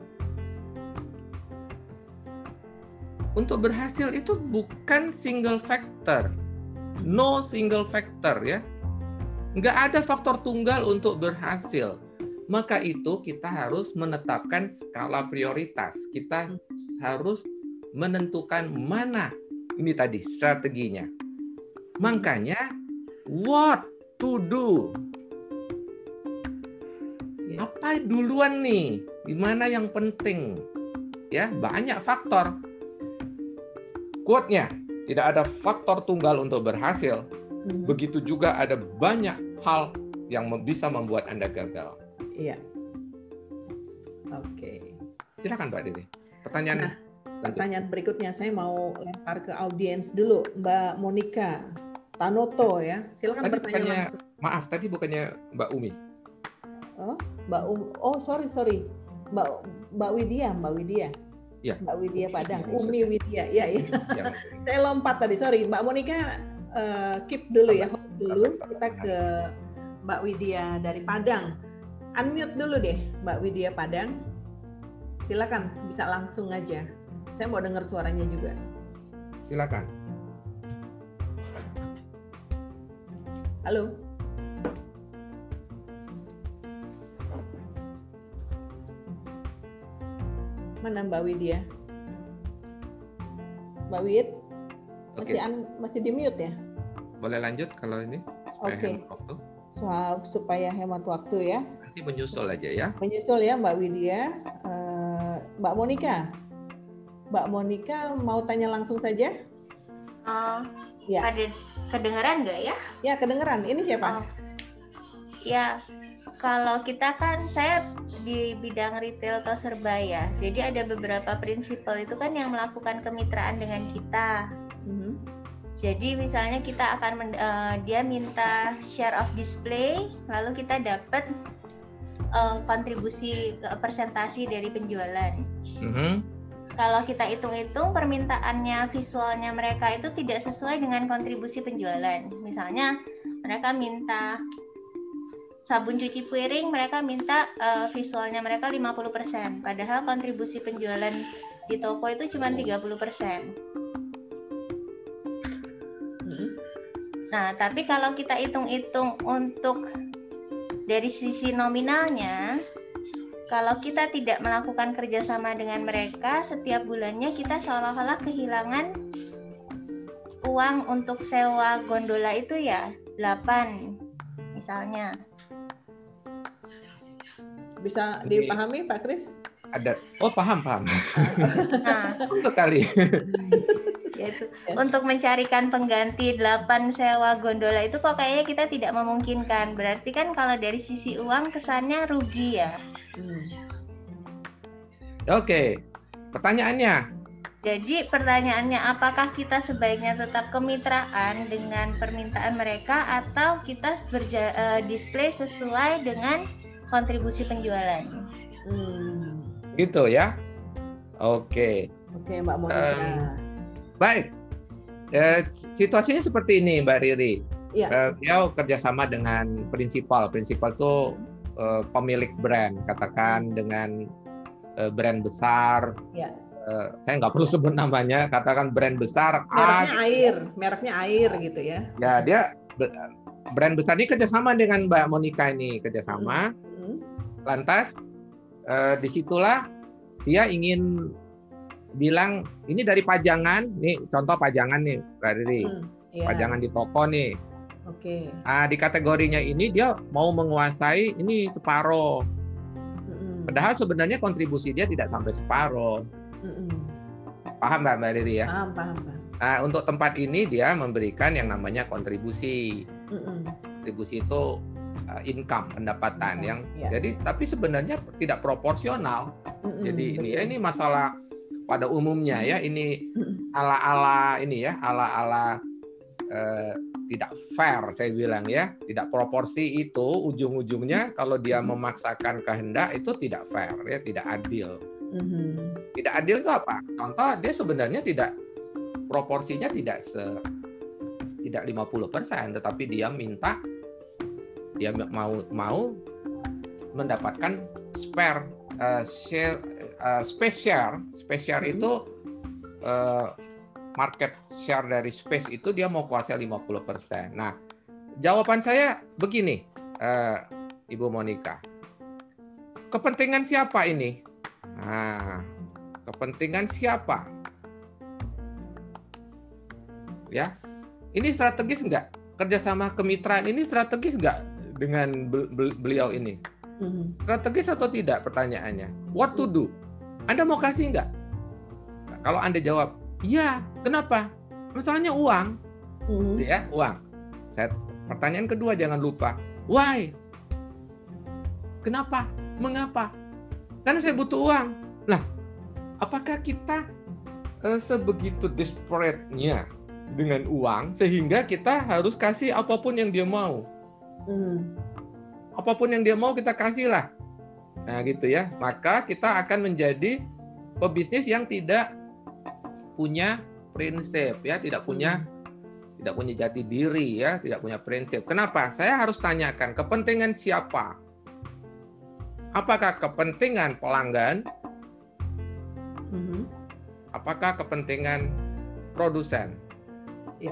Untuk berhasil itu bukan single factor, no single factor ya. Nggak ada faktor tunggal untuk berhasil. Maka itu kita harus menetapkan skala prioritas. Kita harus menentukan mana ini tadi strateginya. Makanya what to do? Apa duluan nih? Gimana yang penting? Ya, banyak faktor. Quote-nya, tidak ada faktor tunggal untuk berhasil. Begitu juga ada banyak hal yang bisa membuat Anda gagal. Iya. Oke. Silakan Mbak Dede. Pertanyaan. Nah, pertanyaan berikutnya saya mau lempar ke audiens dulu, Mbak Monica Tanoto ya. Silakan tadi bertanya bukannya, langsung. Maaf, tadi bukannya Mbak Umi. Oh, Mbak Um. Oh, sorry sorry. Mbak Mbak Widya, Mbak Widya. Ya. Mbak Widya Padang. Ya, Umi Widya. Ya, ya. ya saya lompat tadi. Sorry, Mbak Monica uh, keep dulu ya, hold dulu. Kita ke Mbak Widya dari Padang. Unmute dulu deh, Mbak Widya Padang. Silakan, bisa langsung aja. Saya mau dengar suaranya juga. Silakan. Halo. Mana Mbak Widya? Mbak Wid? Masih okay. un, masih di mute ya? Boleh lanjut kalau ini? Oke. Okay. So, supaya hemat waktu ya. Nanti menyusul aja ya. Menyusul ya Mbak Widya. Uh, Mbak Monica. Mbak Monica mau tanya langsung saja? Uh, ya. Ada kedengeran nggak ya? Ya kedengeran. Ini siapa? Oh. Ya, kalau kita kan saya di bidang retail atau serba ya. Jadi ada beberapa prinsipal itu kan yang melakukan kemitraan dengan kita. Mm-hmm. Jadi misalnya kita akan men, uh, dia minta share of display, lalu kita dapat uh, kontribusi persentasi dari penjualan. Mm-hmm. Kalau kita hitung-hitung permintaannya visualnya mereka itu tidak sesuai dengan kontribusi penjualan. Misalnya mereka minta sabun cuci piring, mereka minta uh, visualnya mereka lima puluh persen, padahal kontribusi penjualan di toko itu cuma tiga puluh persen. Nah, tapi kalau kita hitung-hitung untuk dari sisi nominalnya, kalau kita tidak melakukan kerjasama dengan mereka, setiap bulannya kita seolah-olah kehilangan uang untuk sewa gondola itu ya delapan misalnya. Bisa dipahami Pak Kris? Ada. Oh, paham, paham. Nah, untuk kali. Yaitu, untuk mencarikan pengganti delapan sewa gondola itu kok kayaknya kita tidak memungkinkan. Berarti kan kalau dari sisi uang kesannya rugi ya. Hmm. Oke, pertanyaannya, Jadi pertanyaannya, apakah kita sebaiknya tetap kemitraan dengan permintaan mereka atau kita berja- uh, display sesuai dengan kontribusi penjualan? Hmm. Gitu ya. Oke. Oke, Mbak Monica. Um, baik. Eh, situasinya seperti ini, Mbak Riri. Ya. Eh, dia kerjasama dengan prinsipal. Prinsipal itu eh, pemilik brand, katakan dengan eh, brand besar. Ya. Uh, saya nggak perlu sebut namanya, katakan brand besar. Mereknya A, air, mereknya air gitu ya. Ya, dia brand besar ini kerjasama dengan Mbak Monica ini kerjasama. Mm-hmm. Lantas uh, disitulah dia ingin bilang ini dari pajangan, nih contoh pajangan nih, Mbak Riri, mm, yeah. Pajangan di toko nih. Oke. Okay. Nah, di kategorinya ini dia mau menguasai ini separuh. Mm-hmm. Padahal sebenarnya kontribusi dia tidak sampai separuh. Mm-mm. Paham nggak Mbak Riri ya? Paham, paham, paham. Nah, untuk tempat ini dia memberikan yang namanya kontribusi. Mm-mm. Kontribusi itu uh, income, pendapatan. Mm-mm. yang ya. Jadi tapi sebenarnya tidak proporsional. Mm-mm. Jadi betul. ini ya ini masalah pada umumnya ya ini ala-ala ini ya ala-ala uh, tidak fair saya bilang ya, tidak proporsi itu ujung-ujungnya kalau dia memaksakan kehendak itu tidak fair ya, tidak adil. Mm-hmm. Tidak adil itu apa? Contoh dia sebenarnya tidak proporsinya tidak se tidak lima puluh persen, tetapi dia minta dia mau mau mendapatkan spare uh, share uh, space share space share mm-hmm. itu uh, market share dari space itu dia mau kuasai lima puluh persen. Nah, jawaban saya begini, uh, Ibu Monica. Kepentingan siapa ini? Nah, kepentingan siapa? Ya, ini strategis nggak? Kerjasama kemitraan ini strategis nggak dengan beliau ini? Strategis atau tidak? Pertanyaannya. What to do? Anda mau kasih nggak? Nah, kalau Anda jawab, iya. Kenapa? Masalahnya uang, mm-hmm. ya uang. Saya pertanyaan kedua jangan lupa. Why? Kenapa? Mengapa? Karena saya butuh uang. Nah, apakah kita uh, sebegitu desperate-nya dengan uang sehingga kita harus kasih apapun yang dia mau? Hmm. Apapun yang dia mau kita kasihlah. Nah, gitu ya. Maka kita akan menjadi pebisnis yang tidak punya prinsip ya, tidak punya hmm. tidak punya jati diri ya, tidak punya prinsip. Kenapa? Saya harus tanyakan kepentingan siapa? Apakah kepentingan pelanggan? Mm-hmm. Apakah kepentingan produsen? Yeah.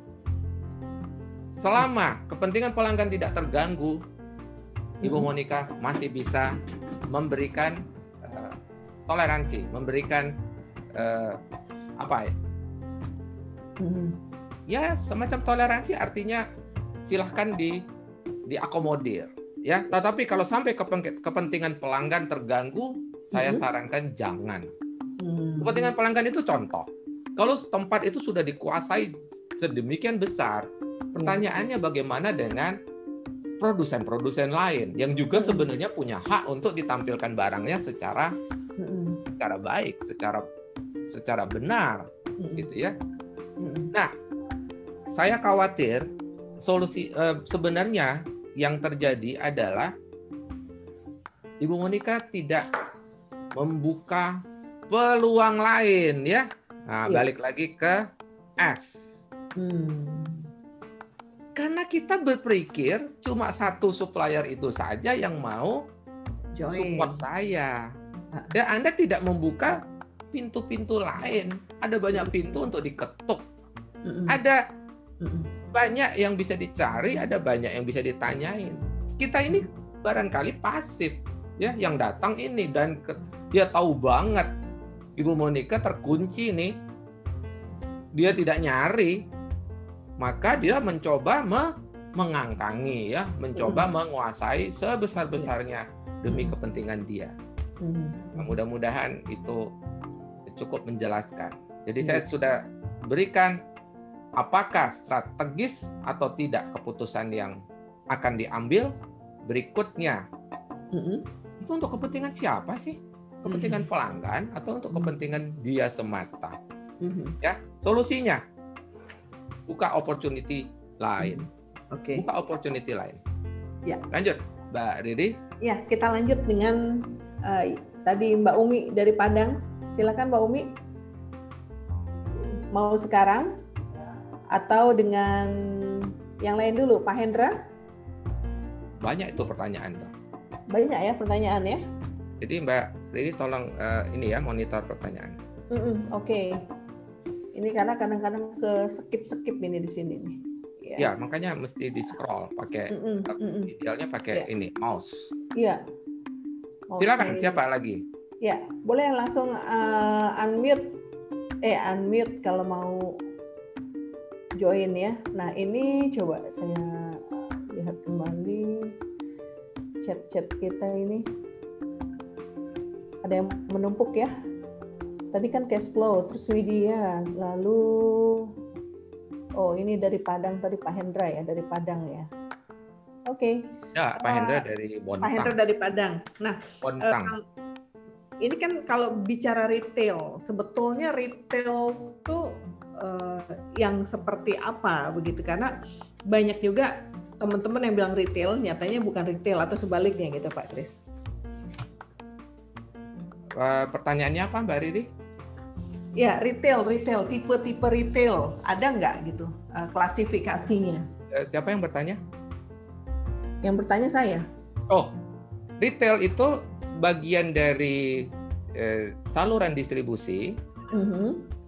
Selama kepentingan pelanggan tidak terganggu, mm-hmm. Ibu Monica masih bisa memberikan uh, toleransi, memberikan uh, apa ya? Mm-hmm. Ya semacam toleransi artinya silahkan di diakomodir. Ya, tetapi kalau sampai kepentingan pelanggan terganggu, saya hmm. sarankan jangan. Hmm. Kepentingan pelanggan itu contoh. Kalau tempat itu sudah dikuasai sedemikian besar, pertanyaannya bagaimana dengan produsen-produsen lain yang juga hmm. sebenarnya punya hak untuk ditampilkan barangnya secara hmm. secara baik, secara secara benar, hmm. gitu ya. Hmm. Nah, saya khawatir solusi eh, sebenarnya yang terjadi adalah Ibu Monica tidak membuka peluang lain ya. Nah, balik lagi ke S. Hmm. Karena kita berpikir cuma satu supplier itu saja yang mau Join. support saya. Ya, Anda tidak membuka pintu-pintu lain. Ada banyak pintu untuk diketuk. Mm-mm. Ada Mm-mm. banyak yang bisa dicari, ada banyak yang bisa ditanyain. Kita ini barangkali pasif, ya, yang datang ini dan ke, dia tahu banget Ibu Monica terkunci nih, dia tidak nyari, maka dia mencoba me, mengangkangi, ya, mencoba hmm. menguasai sebesar-besarnya demi kepentingan dia. Hmm. Nah, mudah-mudahan itu cukup menjelaskan. Jadi hmm. saya sudah berikan apakah strategis atau tidak keputusan yang akan diambil berikutnya. Mm-hmm. Itu untuk kepentingan siapa sih? kepentingan pelanggan atau untuk kepentingan dia semata. Ya, solusinya buka opportunity lain. Oke. Okay. Buka opportunity lain. Ya. Lanjut, Mbak Riri. Ya, kita lanjut dengan uh, tadi Mbak Umi dari Padang. Silakan Mbak Umi. Mau sekarang atau dengan yang lain dulu, Pak Hendra? Banyak itu pertanyaan tuh. Banyak ya pertanyaan ya. Jadi Mbak Riri tolong uh, ini ya monitor pertanyaan. Oke. Okay. Ini karena kadang-kadang ke skip-skip ini di sini nih. Ya, ya makanya mesti di scroll pakai mm-mm, mm-mm. idealnya pakai ya. Ini mouse. Iya. Okay. Silakan siapa lagi? Ya, boleh langsung uh, unmute eh unmute kalau mau join ya. Nah, ini coba saya lihat kembali chat-chat kita ini. Ada yang menumpuk ya. Tadi kan cash flow, terus Widya, lalu oh ini dari Padang tadi Pak Hendra ya, dari Padang ya. Oke. Okay. Ya, Pak Hendra uh, dari Bontang. Pak Hendra dari Padang. Nah, Bontang. Uh, ini kan kalau bicara retail, sebetulnya retail itu uh, yang seperti apa begitu? Karena banyak juga teman-teman yang bilang retail, nyatanya bukan retail atau sebaliknya gitu Pak Kris. Uh, pertanyaannya apa Mbak Riri? Ya, retail, retail, tipe-tipe retail, ada nggak gitu uh, klasifikasinya? Uh, siapa yang bertanya? Yang bertanya saya. Oh, retail itu bagian dari uh, saluran distribusi mm-hmm.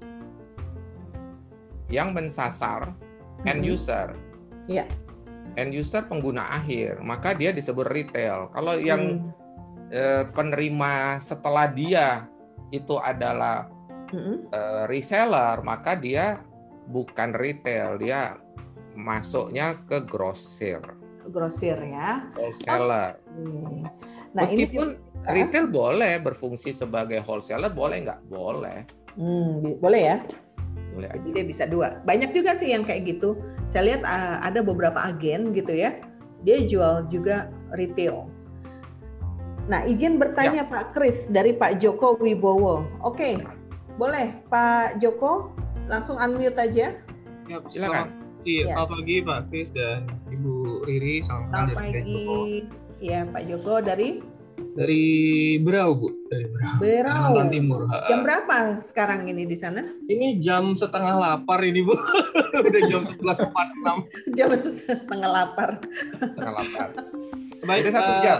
yang mensasar mm-hmm. end user. Ya. End user pengguna akhir, maka dia disebut retail. Kalau yang mm. uh, penerima setelah dia itu adalah Mm-hmm. Uh, reseller, maka dia bukan retail, dia masuknya ke grosir. Grosir ya. Wholesaler. Oh. Nah, meskipun ini, retail uh, boleh berfungsi sebagai wholesaler, boleh nggak? Boleh. Hmm, boleh ya. Boleh. Jadi dia bisa dua. Banyak juga sih yang kayak gitu. Saya lihat uh, ada beberapa agen gitu ya, dia jual juga retail. Nah, izin bertanya ya. Pak Kris dari Pak Joko Wibowo. Oke. Okay. Boleh, Pak Joko, langsung unmute aja. Ya, silakan. Selamat pagi Pak Kris dan Ibu Riri. Selamat pagi. Ya, Pak Joko dari? Dari Berau, Bu. Dari Berau. Berau. Kalimantan Timur. Jam berapa sekarang ini di sana? Ini jam setengah lapar ini, Bu. Udah jam sebelas empat puluh enam. Jam setengah lapar. Setengah lapar. Baik, udah satu jam.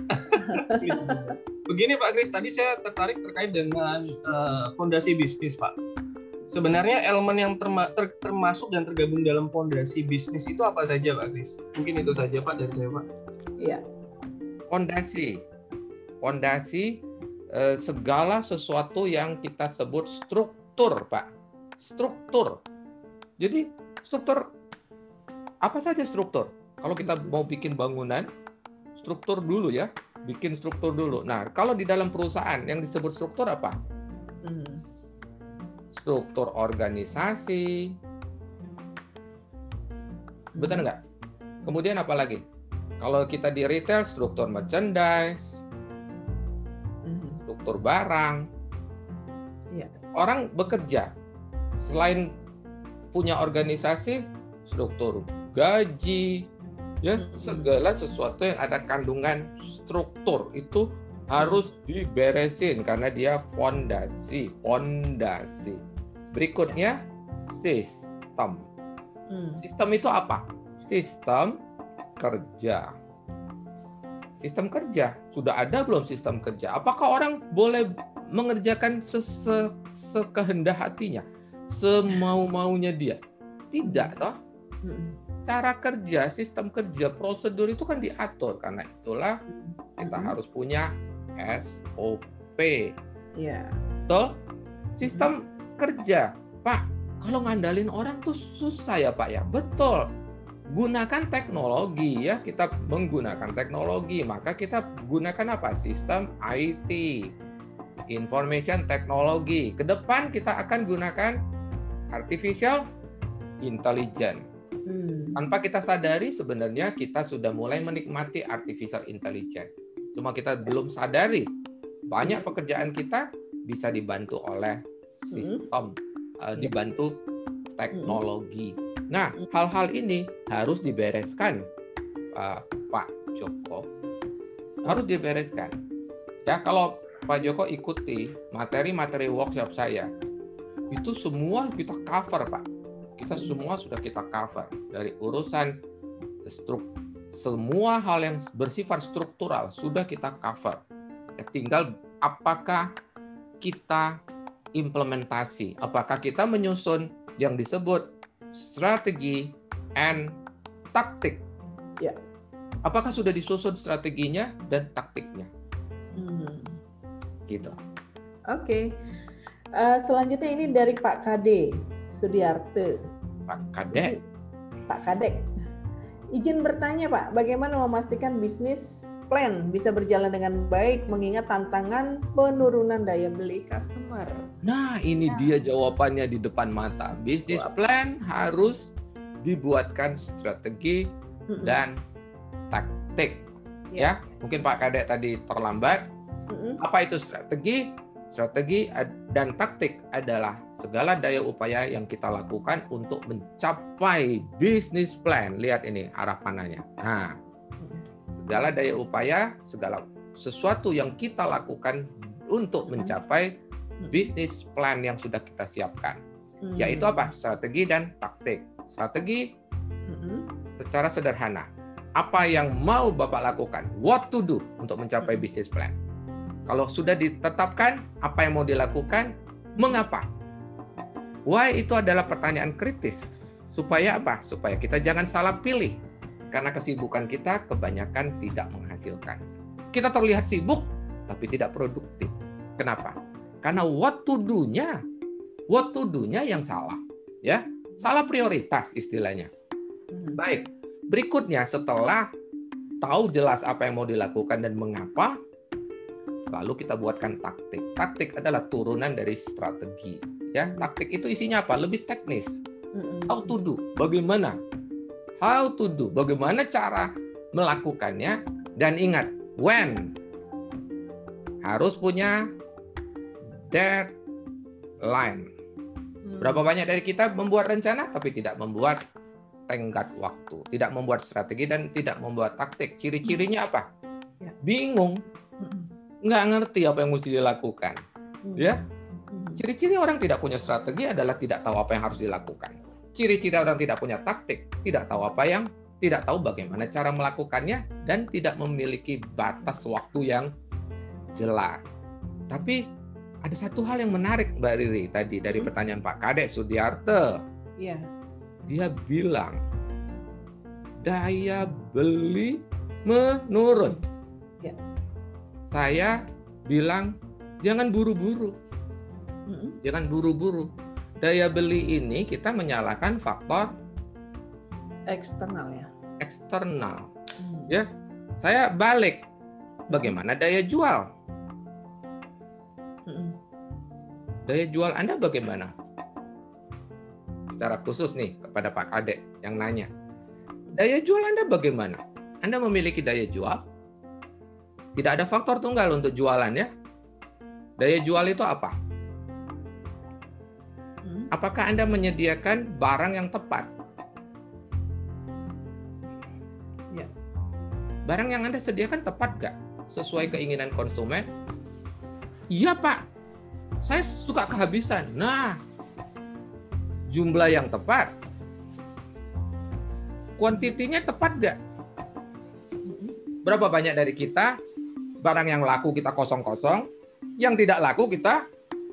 Begini Pak Kris, tadi saya tertarik terkait dengan fondasi uh, bisnis Pak. Sebenarnya elemen yang terma- ter- termasuk dan tergabung dalam fondasi bisnis itu apa saja Pak Kris? Mungkin itu saja Pak dari saya Pak. Iya. Fondasi, fondasi eh, segala sesuatu yang kita sebut struktur Pak. Struktur. Jadi struktur apa saja struktur? Kalau kita mau bikin bangunan, struktur dulu ya. Bikin struktur dulu. Nah, kalau di dalam perusahaan yang disebut struktur apa? Hmm. Struktur organisasi. Betul nggak? Kemudian apa lagi? Kalau kita di retail, struktur merchandise, hmm. struktur barang. Ya. Orang bekerja. Selain punya organisasi, struktur gaji, ya segala sesuatu yang ada kandungan struktur itu harus diberesin karena dia fondasi, fondasi. Berikutnya sistem. Sistem itu apa? Sistem kerja. Sistem kerja sudah ada belum sistem kerja? Apakah orang boleh mengerjakan sese- sekehendak hatinya, semau-maunya dia? Tidak, toh? Cara kerja, sistem kerja, prosedur itu kan diatur. Karena itulah kita mm-hmm. harus punya S O P. Iya. Yeah. Betul? Sistem mm-hmm. kerja. Pak, kalau ngandalin orang tuh susah ya Pak ya? Betul. Gunakan teknologi ya. Kita menggunakan teknologi. Maka kita gunakan apa? Sistem I T. Information Technology. Ke depan kita akan gunakan Artificial Intelligence. Hmm. Tanpa kita sadari sebenarnya kita sudah mulai menikmati artificial intelligence. Cuma kita belum sadari banyak pekerjaan kita bisa dibantu oleh sistem, mm-hmm. uh, dibantu teknologi. Nah, hal-hal ini harus dibereskan, uh, Pak Joko. Harus dibereskan. Ya, kalau Pak Joko ikuti materi-materi workshop saya, itu semua kita cover, Pak. Kita semua sudah kita cover. Dari urusan struk, semua hal yang bersifat struktural sudah kita cover. Ya, tinggal apakah kita implementasi, apakah kita menyusun yang disebut strategi and taktik. Ya. Apakah sudah disusun strateginya dan taktiknya? Hmm. Gitu. Oke. Okay. Uh, selanjutnya ini dari Pak Kade Sudiarte. Pak Kadek. Pak Kadek. Izin bertanya Pak, bagaimana memastikan bisnis plan bisa berjalan dengan baik mengingat tantangan penurunan daya beli customer? Nah, ini nah. dia jawabannya di depan mata. Bisnis plan harus dibuatkan strategi mm-hmm. dan taktik. Yeah. Ya, mungkin Pak Kadek tadi terlambat. Mm-hmm. Apa itu strategi? Strategi dan taktik adalah segala daya upaya yang kita lakukan untuk mencapai bisnis plan. Lihat ini arah panahnya. Nah, segala daya upaya, segala sesuatu yang kita lakukan untuk mencapai bisnis plan yang sudah kita siapkan. Yaitu apa? Strategi dan taktik. Strategi secara sederhana. Apa yang mau Bapak lakukan? What to do untuk mencapai bisnis plan? Kalau sudah ditetapkan, apa yang mau dilakukan? Mengapa? Why itu adalah pertanyaan kritis. Supaya apa? Supaya kita jangan salah pilih. Karena kesibukan kita kebanyakan tidak menghasilkan. Kita terlihat sibuk, tapi tidak produktif. Kenapa? Karena what to do-nya, what to do-nya yang salah. Ya, salah prioritas istilahnya. Baik, berikutnya setelah tahu jelas apa yang mau dilakukan dan mengapa, lalu kita buatkan taktik. Taktik adalah turunan dari strategi. Ya, taktik itu isinya apa? Lebih teknis. How to do? Bagaimana? How to do? Bagaimana cara melakukannya? Dan ingat, when? Harus punya deadline. Berapa banyak dari kita membuat rencana tapi tidak membuat tenggat waktu, tidak membuat strategi dan tidak membuat taktik. Ciri-cirinya apa? Bingung. Nggak ngerti apa yang mesti dilakukan, ya. Ciri-ciri orang tidak punya strategi adalah tidak tahu apa yang harus dilakukan. Ciri-ciri orang tidak punya taktik, tidak tahu apa yang, tidak tahu bagaimana cara melakukannya, dan tidak memiliki batas waktu yang jelas. Tapi ada satu hal yang menarik Mbak Riri tadi dari pertanyaan Pak Kadek Sudiarte. Iya. Dia bilang daya beli menurun. Ya. Saya bilang jangan buru-buru, mm-hmm. jangan buru-buru. Daya beli ini kita menyalahkan faktor eksternal ya. Eksternal, mm. ya. Saya balik, bagaimana daya jual? Mm-hmm. Daya jual Anda bagaimana? Secara khusus nih kepada Pak Kadek yang nanya, daya jual Anda bagaimana? Anda memiliki daya jual? Tidak ada faktor tunggal untuk jualan ya. Daya jual itu apa? Apakah Anda menyediakan barang yang tepat? Ya. Barang yang Anda sediakan tepat nggak? Sesuai keinginan konsumen? Iya Pak, saya suka kehabisan. Nah, jumlah yang tepat. Kuantitinya tepat nggak? Berapa banyak dari kita barang yang laku kita kosong-kosong, yang tidak laku kita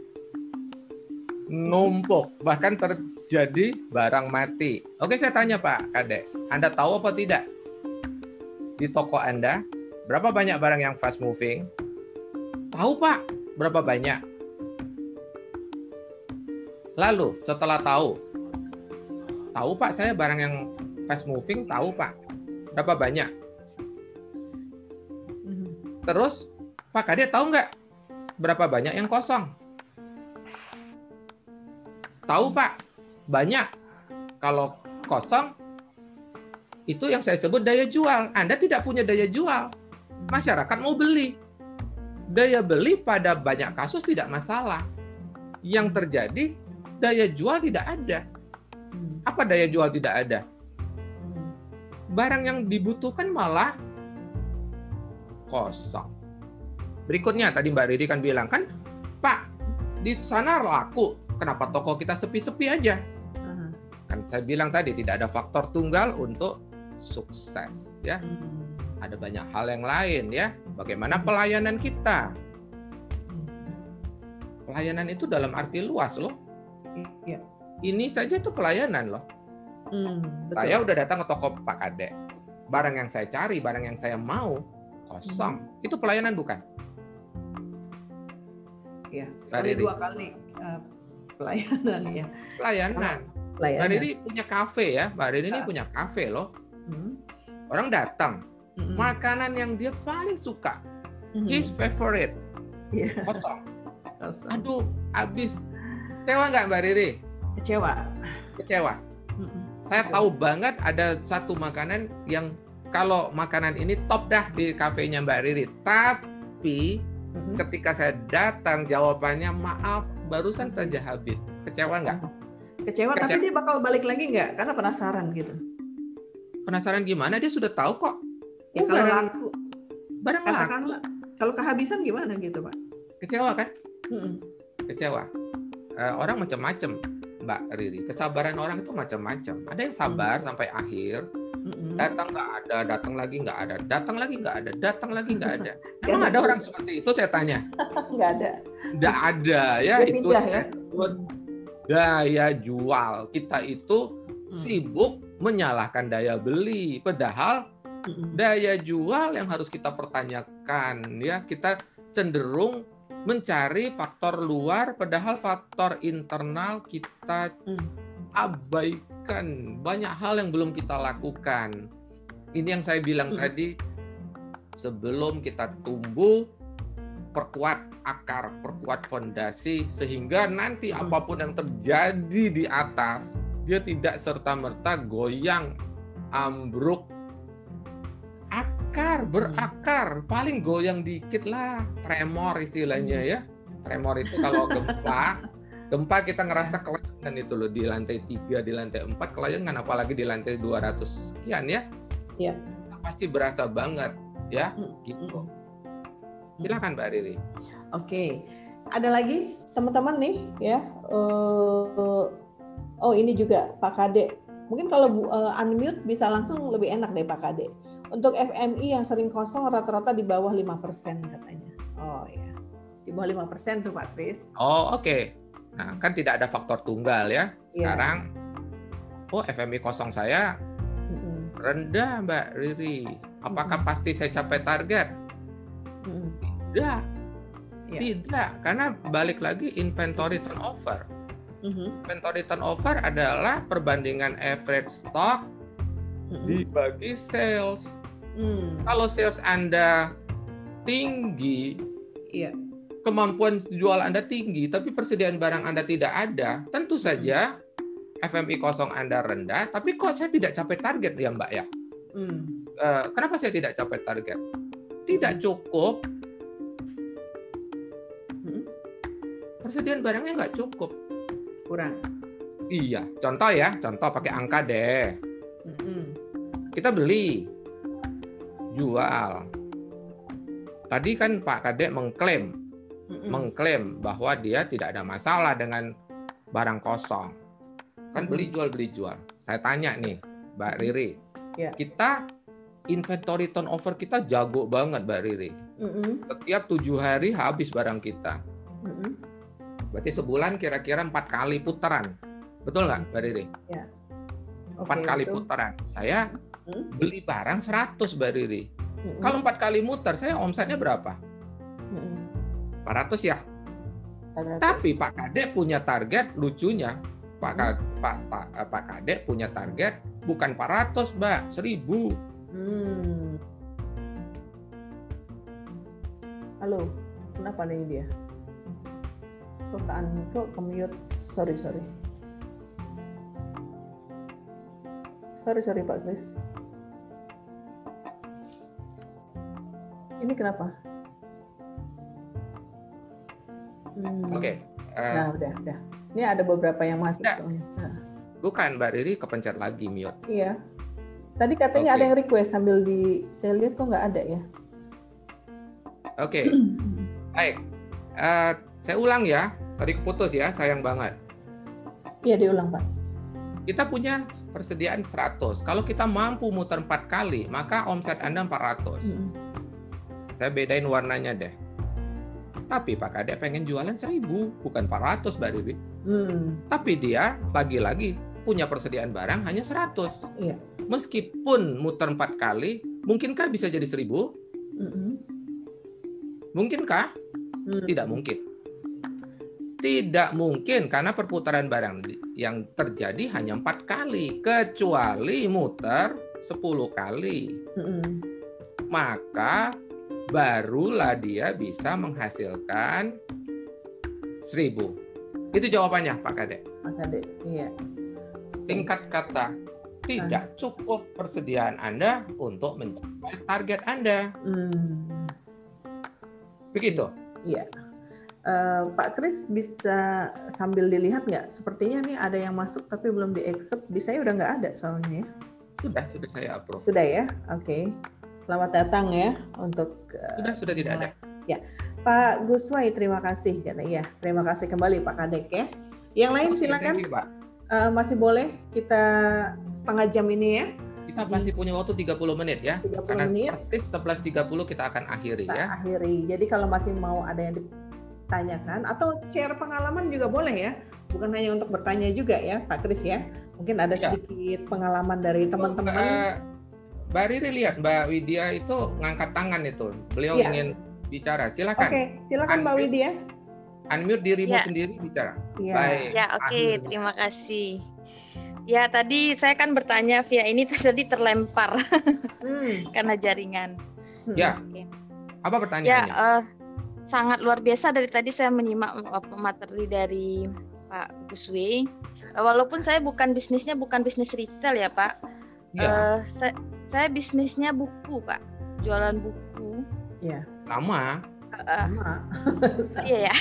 numpuk, bahkan terjadi barang mati. Oke, saya tanya Pak Kadek, Anda tahu apa tidak? Di toko Anda, berapa banyak barang yang fast moving? Tahu Pak, berapa banyak? Lalu, setelah tahu, tahu Pak, saya barang yang fast moving, tahu Pak, berapa banyak? Terus, Pak Kadek tahu nggak berapa banyak yang kosong? Tahu Pak, banyak. Kalau kosong, itu yang saya sebut daya jual. Anda tidak punya daya jual. Masyarakat mau beli. daya beli pada banyak kasus tidak masalah. Yang terjadi daya jual tidak ada. Apa daya jual tidak ada? Barang yang dibutuhkan malah kosong. Berikutnya tadi Mbak Riri kan bilang kan, Pak, di sana laku, kenapa toko kita sepi-sepi aja? Uh-huh. Kan saya bilang tadi tidak ada faktor tunggal untuk sukses, ya. Uh-huh. Ada banyak hal yang lain, ya. Bagaimana pelayanan kita? Pelayanan itu dalam arti luas loh. Uh-huh. Ini saja itu pelayanan loh. Uh-huh. Saya udah datang ke toko Pak Kadek, barang yang saya cari, barang yang saya mau kosong. Uh-huh. Itu pelayanan bukan? Ya, sekali dua kali uh, pelayanan ya. Pelayanan. pelayanan. Mbak Riri punya kafe ya, Mbak Riri ini punya kafe loh. Hmm. Orang datang, hmm. makanan yang dia paling suka, hmm. his favorite, yeah. kosong. Aduh, habis. Kecewa nggak Mbak Riri? Kecewa. Kecewa. Hmm. Saya tahu banget ada satu makanan yang kalau makanan ini top dah di kafenya Mbak Riri, tapi ketika saya datang jawabannya maaf barusan saja habis. Kecewa nggak? Kecewa, Kecewa tapi dia bakal balik lagi nggak? Karena penasaran gitu. Penasaran gimana? Dia sudah tahu kok. Ya, oh, kalau barang, laku, barang laku. Kalau kehabisan gimana gitu Pak? Kecewa kan? Mm-mm. Kecewa. Uh, orang macam-macam Mbak Riri. Kesabaran orang itu macam-macam. Ada yang sabar mm-hmm. sampai akhir. Datang nggak ada, datang lagi nggak ada, datang lagi nggak ada, datang lagi nggak ada. Emang ada orang seperti itu saya tanya? Nggak ada. Nggak ada ya. Dia itu ya? Daya jual kita itu hmm. sibuk menyalahkan daya beli, padahal hmm. daya jual yang harus kita pertanyakan ya. Kita cenderung mencari faktor luar, padahal faktor internal kita hmm. abaikan. Banyak hal yang belum kita lakukan. Ini yang saya bilang hmm. tadi, sebelum kita tumbuh, perkuat akar, perkuat fondasi, sehingga nanti hmm. apapun yang terjadi di atas, dia tidak serta-merta goyang, ambruk. Akar, berakar, paling goyang dikit lah, tremor istilahnya ya. Tremor itu kalau gempa, gempa kita ngerasa kelayangan itu loh, di lantai tiga, di lantai empat kelayangan, apalagi di lantai dua ratus sekian ya. Iya. Pasti berasa banget ya, gitu. Silakan Mbak Riri. Oke, ada lagi teman-teman nih ya. Uh, oh ini juga Pak Kadek. Mungkin kalau uh, unmute bisa langsung lebih enak deh Pak Kadek. Untuk F M I yang sering kosong rata-rata di bawah lima persen katanya. Oh ya, di bawah lima persen tuh Pak Kris. Oh oke. Okay. Nah, kan tidak ada faktor tunggal ya. Sekarang, yeah. oh F M I kosong saya mm-hmm. rendah Mbak Riri. Apakah mm-hmm. pasti saya capai target? Mm-hmm. Tidak. Yeah. Tidak, karena balik lagi inventory turnover. Mm-hmm. Inventory turnover adalah perbandingan average stock mm-hmm. dibagi sales. Mm. Kalau sales Anda tinggi, yeah. kemampuan jual Anda tinggi, tapi persediaan barang Anda tidak ada, tentu saja F M I kosong Anda rendah, tapi kok saya tidak capai target ya Mbak ya? Hmm. Uh, kenapa saya tidak capai target? Tidak cukup. Hmm. Persediaan barangnya nggak cukup. Kurang. Iya, contoh ya, contoh pakai angka deh. Hmm. Kita beli, jual. Tadi kan Pak Kadek mengklaim, Mm-mm. mengklaim bahwa dia tidak ada masalah dengan barang kosong. Kan mm-hmm. beli jual beli jual. Saya tanya nih, Mbak Riri, yeah. kita inventory turnover kita jago banget, Mbak Riri. Mm-hmm. Setiap tujuh hari habis barang kita. Mm-hmm. Berarti sebulan kira-kira empat kali putaran, betul nggak, Mbak Riri? Yeah. Empat okay, kali betul. putaran. Saya mm-hmm. beli barang seratus, Mbak Riri. Mm-hmm. Kalau empat kali muter, saya omsetnya berapa? Mm-hmm. empat ratus ya. empat ratus. Tapi Pak Kadek punya target, lucunya Pak Kadek, Pak, Pak, Pak Kadek punya target bukan empat ratus, Mbak, seribu. Hmm. Halo, kenapa nih dia? Kok kan kok ke-mute? Sorry, sorry. Sorry, sorry Pak Kris. Ini kenapa? Hmm. Oke. Okay. Uh, nah, udah, udah. Ini ada beberapa yang masuk. Nah. Bukan, Mbak Riri kepencet lagi mute. Iya. Tadi katanya okay. ada yang request sambil di, saya lihat kok nggak ada ya. Oke. Okay. Baik. Uh, saya ulang ya. Tadi keputus ya, sayang banget. Iya, diulang, Pak. Kita punya persediaan seratus. Kalau kita mampu muter empat kali, maka omset Anda empat ratus. Hmm. Saya bedain warnanya deh. Tapi Pak Kade pengen jualan seribu, bukan empat ratus, Mbak Riri. Hmm. Tapi dia lagi-lagi punya persediaan barang hanya seratus. Iya. Meskipun muter empat kali, mungkinkah bisa jadi seribu? Mm-hmm. Mungkinkah? Mm. Tidak mungkin. Tidak mungkin karena perputaran barang yang terjadi hanya empat kali, kecuali muter sepuluh kali. Mm-hmm. Maka barulah dia bisa menghasilkan seribu. Itu jawabannya, Pak Kade. Pak Kade, iya. Singkat kata, tidak cukup persediaan Anda untuk mencapai target Anda. Hmm. Begitu. Iya. Uh, Pak Kris bisa sambil dilihat nggak? Sepertinya nih ada yang masuk tapi belum di-accept. Di saya udah nggak ada soalnya ya. Sudah, sudah saya approve. Sudah ya? Oke. Okay. Selamat datang ya untuk uh, sudah sudah tidak ada. Ya, Pak Guswai terima kasih kata ya. Terima kasih kembali Pak Kadek ya. Yang lain okay, silakan. You, Pak. Uh, masih boleh kita setengah jam ini ya. Kita masih punya waktu tiga puluh menit ya. tiga puluh Karena menit. persis sebelas tiga puluh kita akan akhiri kita ya. akhiri. Jadi kalau masih mau ada yang ditanyakan atau share pengalaman juga boleh ya. Bukan hanya untuk bertanya juga ya Pak Kris ya. Mungkin ada ya. sedikit pengalaman dari teman-teman. Uh, Mbak Riri lihat Mbak Widya itu ngangkat tangan itu. Beliau ya. ingin bicara. Silakan. Oke, silakan Mbak Widya. Unmute dirimu ya. sendiri bicara. Ya, Baik. ya oke, okay. terima kasih. Ya tadi saya kan bertanya via ini tadi terlempar hmm. karena jaringan. Ya. Okay. Apa pertanyaannya? Ya uh, sangat luar biasa dari tadi saya menyimak uh, materi dari Pak Guswe. Uh, walaupun saya bukan bisnisnya bukan bisnis retail ya Pak. Ya. Uh, saya, saya bisnisnya buku Pak, jualan buku. Ya. Uh, Lama. iya ya.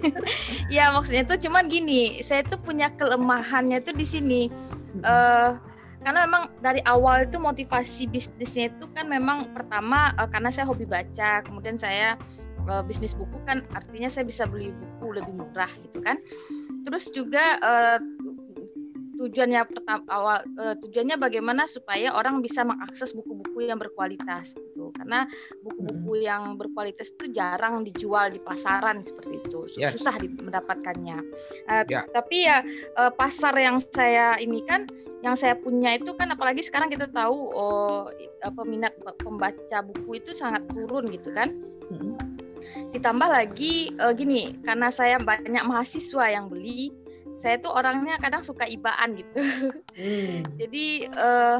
Ya maksudnya itu cuman gini, saya tuh punya kelemahannya tuh di sini. Uh, karena memang dari awal itu motivasi bisnisnya itu kan memang pertama uh, karena saya hobi baca, kemudian saya uh, bisnis buku kan artinya saya bisa beli buku lebih murah gitu kan. Terus juga uh, tujuannya pertama awal uh, tujuannya bagaimana supaya orang bisa mengakses buku-buku yang berkualitas gitu. Karena buku-buku hmm. yang berkualitas itu jarang dijual di pasaran seperti itu. Yes. Susah mendapatkannya. Uh, yeah. Tapi ya uh, pasar yang saya ini kan yang saya punya itu kan apalagi sekarang kita tahu oh, peminat pembaca buku itu sangat turun gitu kan. Hmm. Ditambah lagi uh, gini, karena saya banyak mahasiswa yang beli, saya tuh orangnya kadang suka ibaan gitu. Hmm. Jadi uh,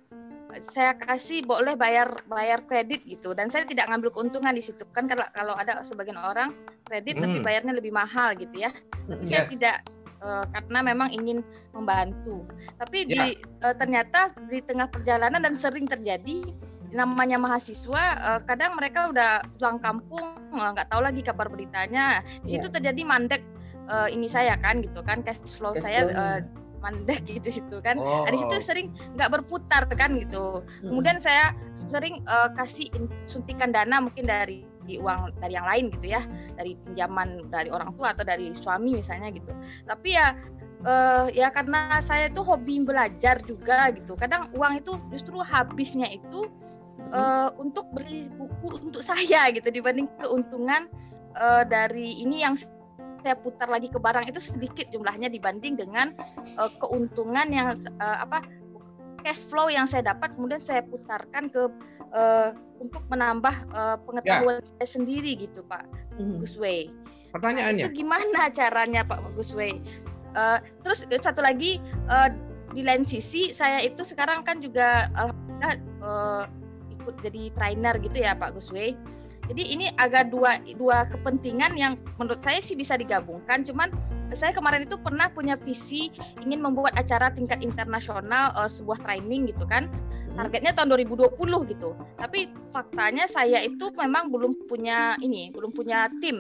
saya kasih boleh bayar bayar kredit gitu, dan saya tidak ngambil keuntungan di situ kan. Kalau kalau ada sebagian orang kredit hmm. tapi bayarnya lebih mahal gitu ya. Tapi yes. saya tidak uh, karena memang ingin membantu. Tapi yeah. di uh, ternyata di tengah perjalanan dan sering terjadi namanya mahasiswa uh, kadang mereka udah pulang kampung nggak uh, tahu lagi kabar beritanya. Di situ yeah. terjadi mandek. Uh, ini saya kan gitu kan cash flow cash saya uh, mandek gitu situ kan. Oh. Di situ sering nggak berputar kan gitu. Hmm. Kemudian saya sering uh, kasih suntikan dana mungkin dari uang dari yang lain gitu ya, dari pinjaman dari orang tua atau dari suami misalnya gitu. Tapi ya uh, ya karena saya itu hobi belajar juga gitu. Kadang uang itu justru habisnya itu uh, hmm. untuk beli buku untuk saya gitu dibanding keuntungan uh, dari ini yang saya putar lagi ke barang itu sedikit jumlahnya dibanding dengan uh, keuntungan yang uh, apa cash flow yang saya dapat kemudian saya putarkan ke uh, untuk menambah uh, pengetahuan ya. saya sendiri gitu Pak mm-hmm. Guswe. Pertanyaannya. Nah, itu gimana caranya Pak Guswe? Uh, terus satu lagi uh, di lain sisi saya itu sekarang kan juga alhamdulillah uh, ikut jadi trainer gitu ya Pak Guswe. Jadi ini agak dua dua kepentingan yang menurut saya sih bisa digabungkan. Cuman saya kemarin itu pernah punya visi ingin membuat acara tingkat internasional uh, sebuah training gitu kan. Targetnya tahun dua ribu dua puluh gitu. Tapi faktanya saya itu memang belum punya ini, belum punya tim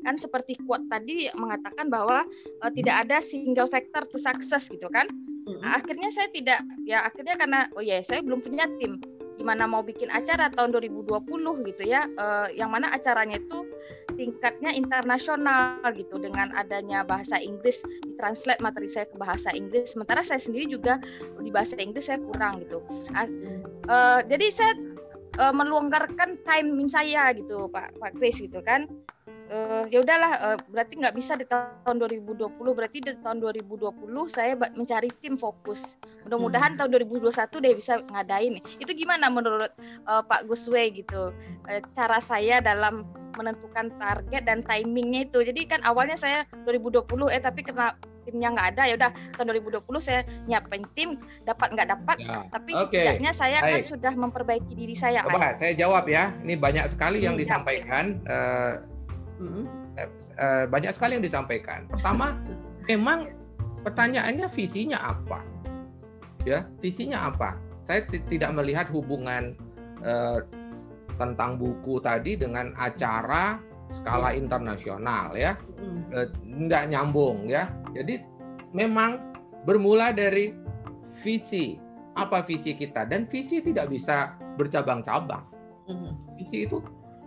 Kan seperti quote tadi mengatakan bahwa uh, tidak ada single factor to success gitu kan. Nah, akhirnya saya tidak, ya akhirnya karena oh ya saya belum punya tim, gimana mau bikin acara tahun dua ribu dua puluh gitu ya, uh, yang mana acaranya itu tingkatnya internasional gitu, dengan adanya bahasa Inggris, ditranslate materi saya ke bahasa Inggris, sementara saya sendiri juga di bahasa Inggris saya kurang gitu. Nah, uh, jadi saya uh, melonggarkan timing saya gitu Pak Pak Kris gitu kan. Uh, ya udahlah, uh, berarti nggak bisa di tahun dua ribu dua puluh, berarti di tahun dua ribu dua puluh saya mencari tim fokus. Mudah-mudahan hmm. tahun dua ribu dua puluh satu deh bisa ngadain. Itu gimana menurut uh, Pak Guswe gitu, uh, cara saya dalam menentukan target dan timingnya itu. Jadi kan awalnya saya dua ribu dua puluh, eh tapi karena timnya nggak ada, ya udah tahun dua ribu dua puluh saya nyiapin tim, dapat nggak dapat, ya. Tapi okay. setidaknya saya Baik. kan sudah memperbaiki diri saya. Coba saya jawab ya. Ini banyak sekali yang hmm, disampaikan. Ya. Uh, Hmm. Banyak sekali yang disampaikan. Pertama, memang pertanyaannya visinya apa? Ya, visinya apa? Saya t- tidak melihat hubungan eh, tentang buku tadi dengan acara skala internasional ya, eh, nggak nyambung ya. Jadi memang bermula dari visi. Apa visi kita? Dan visi tidak bisa bercabang-cabang. Visi itu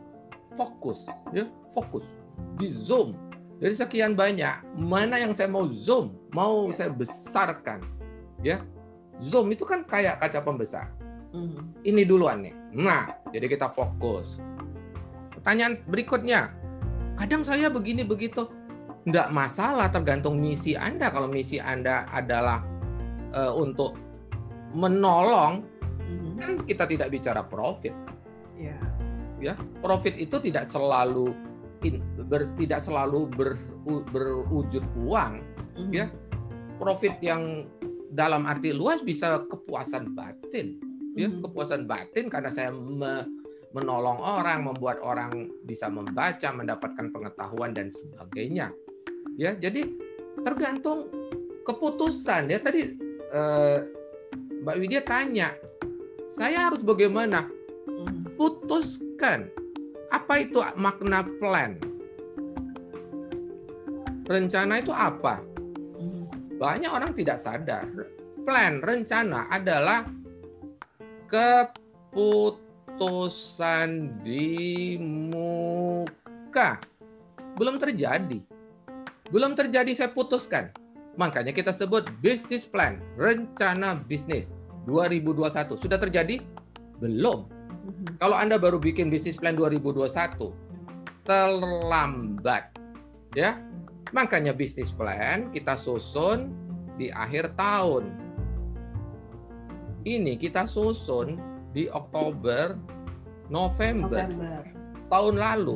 fokus, ya, fokus di zoom dari sekian banyak, mana yang saya mau zoom, mau ya. saya besarkan, ya. Zoom itu kan kayak kaca pembesar. Mm. Ini duluan nih. Nah, jadi kita fokus. Pertanyaan berikutnya, kadang saya begini begitu, nggak masalah, tergantung misi Anda. Kalau misi Anda adalah uh, untuk menolong, mm. kan kita tidak bicara profit. Yeah. Ya, profit itu tidak selalu in, ber, tidak selalu ber, berwujud uang, mm-hmm. ya. Profit yang dalam arti luas bisa kepuasan batin, mm-hmm. ya, kepuasan batin karena saya me, menolong orang, membuat orang bisa membaca, mendapatkan pengetahuan dan sebagainya. Ya, jadi tergantung keputusan. Ya, tadi eh, Mbak Widya tanya, saya harus bagaimana? Putuskan apa itu makna plan. Rencana itu apa? Banyak orang tidak sadar. Plan, rencana adalah keputusan di muka. Belum terjadi. Belum terjadi saya putuskan. Makanya kita sebut business plan, rencana bisnis dua ribu dua puluh satu. Sudah terjadi? Belum. Kalau Anda baru bikin bisnis plan dua ribu dua puluh satu, terlambat. Ya. Makanya bisnis plan kita susun di akhir tahun. Ini kita susun di Oktober, November, November. tahun lalu.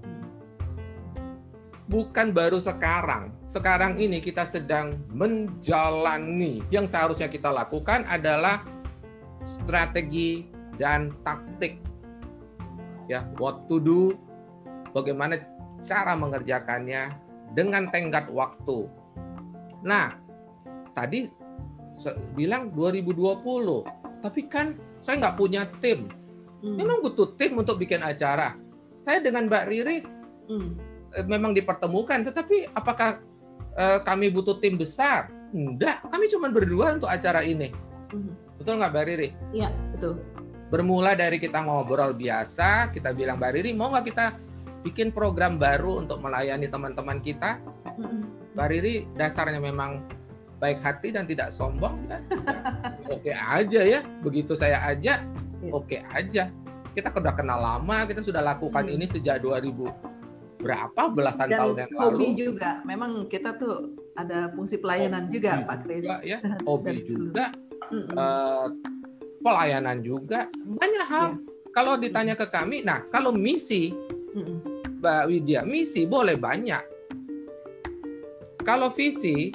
Bukan baru sekarang. Sekarang ini kita sedang menjalani. Yang seharusnya kita lakukan adalah strategi dan taktik, ya, what to do, bagaimana cara mengerjakannya dengan tenggat waktu. Nah, tadi bilang dua ribu dua puluh, tapi kan saya nggak punya tim. Hmm. Memang butuh tim untuk bikin acara. Saya dengan Mbak Riri hmm. memang dipertemukan, tetapi apakah eh, kami butuh tim besar? Enggak, kami cuma berdua untuk acara ini. Hmm. Betul nggak Mbak Riri? Iya, betul. Bermula dari kita ngobrol biasa, kita bilang, Mbak Riri, mau nggak kita bikin program baru untuk melayani teman-teman kita? Mm-hmm. Mbak Riri dasarnya memang baik hati dan tidak sombong, kan? Oke aja ya, begitu saya ajak, oke aja. Kita sudah kenal lama, kita sudah lakukan mm. ini sejak dua ribu berapa belasan dan tahun yang lalu. Hobi juga, memang kita tuh ada fungsi pelayanan hobi juga, Pak Kris. Juga, ya, hobi juga. Uh, pelayanan juga, banyak hal. Ya. Kalau ditanya ke kami, nah kalau misi, mm-mm. Mbak Widya, misi boleh banyak. Kalau visi,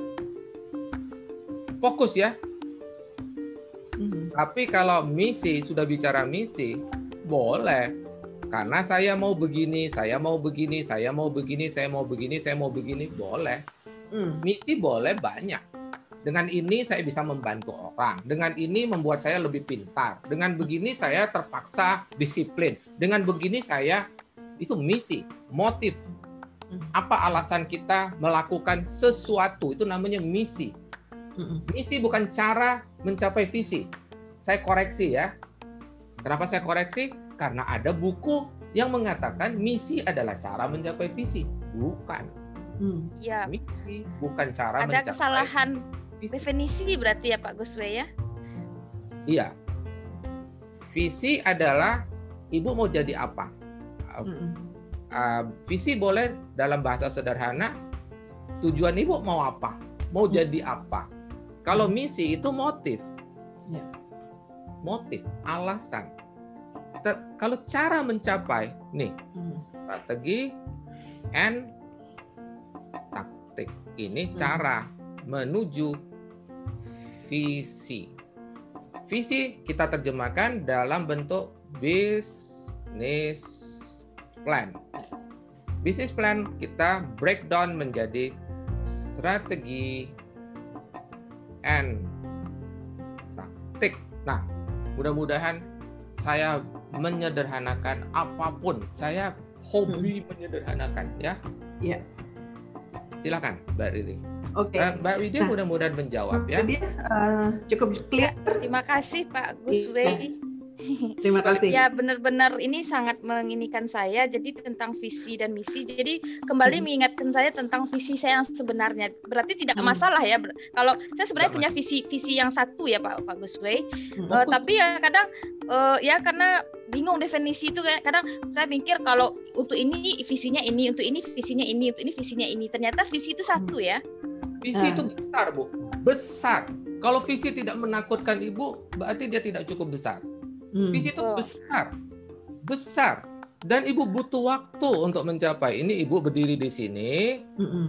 fokus ya. Mm-hmm. Tapi kalau misi, sudah bicara misi, boleh. Karena saya mau begini, saya mau begini, saya mau begini, saya mau begini, saya mau begini, boleh. Mm. Misi boleh banyak. Dengan ini saya bisa membantu orang. Dengan ini membuat saya lebih pintar. Dengan begini saya terpaksa disiplin. Dengan begini saya, itu misi, motif. Apa alasan kita melakukan sesuatu? Itu namanya misi. Misi bukan cara mencapai visi. Saya koreksi ya. Kenapa saya koreksi? Karena ada buku yang mengatakan misi adalah cara mencapai visi. Bukan. Ya. Misi bukan cara ada mencapai kesalahan visi. definisi berarti ya Pak Guswe ya? Iya. Visi adalah ibu mau jadi apa? Uh, uh, visi boleh dalam bahasa sederhana, tujuan ibu mau apa? Mau jadi apa? Kalau misi itu motif. Motif, alasan. Ter, kalau cara mencapai, nih, strategi and taktik. Ini cara menuju visi. Visi kita terjemahkan dalam bentuk business plan. Business plan kita breakdown menjadi strategi and taktik. Nah, mudah-mudahan saya menyederhanakan apapun. Saya hobi hmm. menyederhanakan ya. Iya. Silakan Mbak Riri. Oke. Okay. Mbak Widya nah, mudah-mudahan menjawab ya. Widya uh, cukup clear. Terima kasih Pak Guswe. Terima kasih. Ya benar-benar ini sangat menginikan saya. Jadi tentang visi dan misi. Jadi kembali hmm. mengingatkan saya tentang visi saya yang sebenarnya. Berarti tidak hmm. masalah ya. Kalau saya sebenarnya Tidak punya visi visi yang satu ya Pak Pak Guswe. Hmm. Uh, tapi ya kadang uh, ya karena bingung definisi itu kayak kadang saya mikir kalau untuk ini visinya ini, untuk ini visinya ini, untuk ini visinya ini. Ternyata visi itu satu ya. Visi itu besar Bu. Besar. Kalau visi tidak menakutkan Ibu, berarti dia tidak cukup besar. Hmm. Visi itu oh. besar, besar, dan ibu butuh waktu untuk mencapai. Ini ibu berdiri di sini, mm-mm.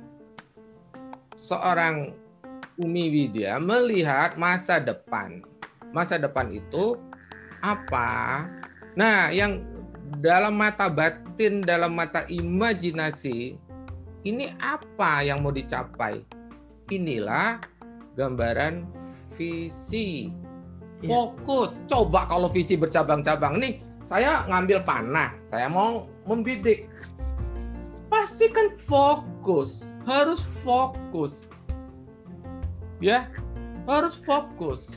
seorang Umi Widya melihat masa depan. Masa depan itu apa? Nah, yang dalam mata batin, dalam mata imajinasi, ini apa yang mau dicapai? Inilah gambaran visi. Fokus. Coba kalau visi bercabang-cabang nih, saya ngambil panah, saya mau membidik. Pastikan fokus, harus fokus. Ya, harus fokus.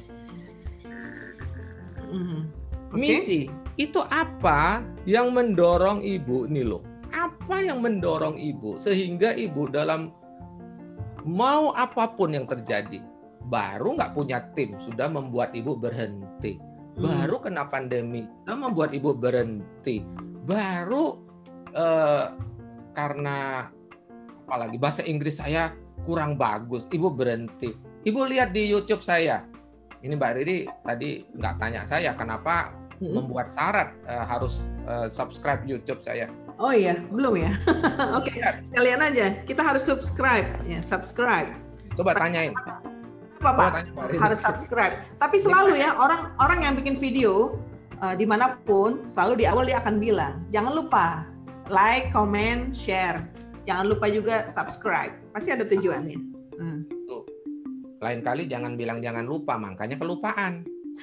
Mm-hmm. Okay. Misi itu apa yang mendorong ibu nih loh? Apa yang mendorong ibu sehingga ibu dalam mau apapun yang terjadi? Baru nggak punya tim, sudah membuat ibu berhenti. Baru kena pandemi, sudah membuat ibu berhenti. Baru eh, karena apalagi bahasa Inggris saya kurang bagus, ibu berhenti. Ibu lihat di YouTube saya. Ini Mbak Riri tadi nggak tanya saya kenapa hmm. membuat syarat eh, harus eh, subscribe YouTube saya. Oh iya, belum ya? Oke, okay. Sekalian aja. Kita harus subscribe, ya subscribe. Coba tanyain. Apa Pak? Harus subscribe. Tapi selalu ya orang orang yang bikin video uh, dimanapun selalu di awal dia akan bilang jangan lupa like, comment, share. Jangan lupa juga subscribe. Pasti ada tujuannya. Hmm. Tuh. Lain kali jangan bilang jangan lupa, makanya kelupaan.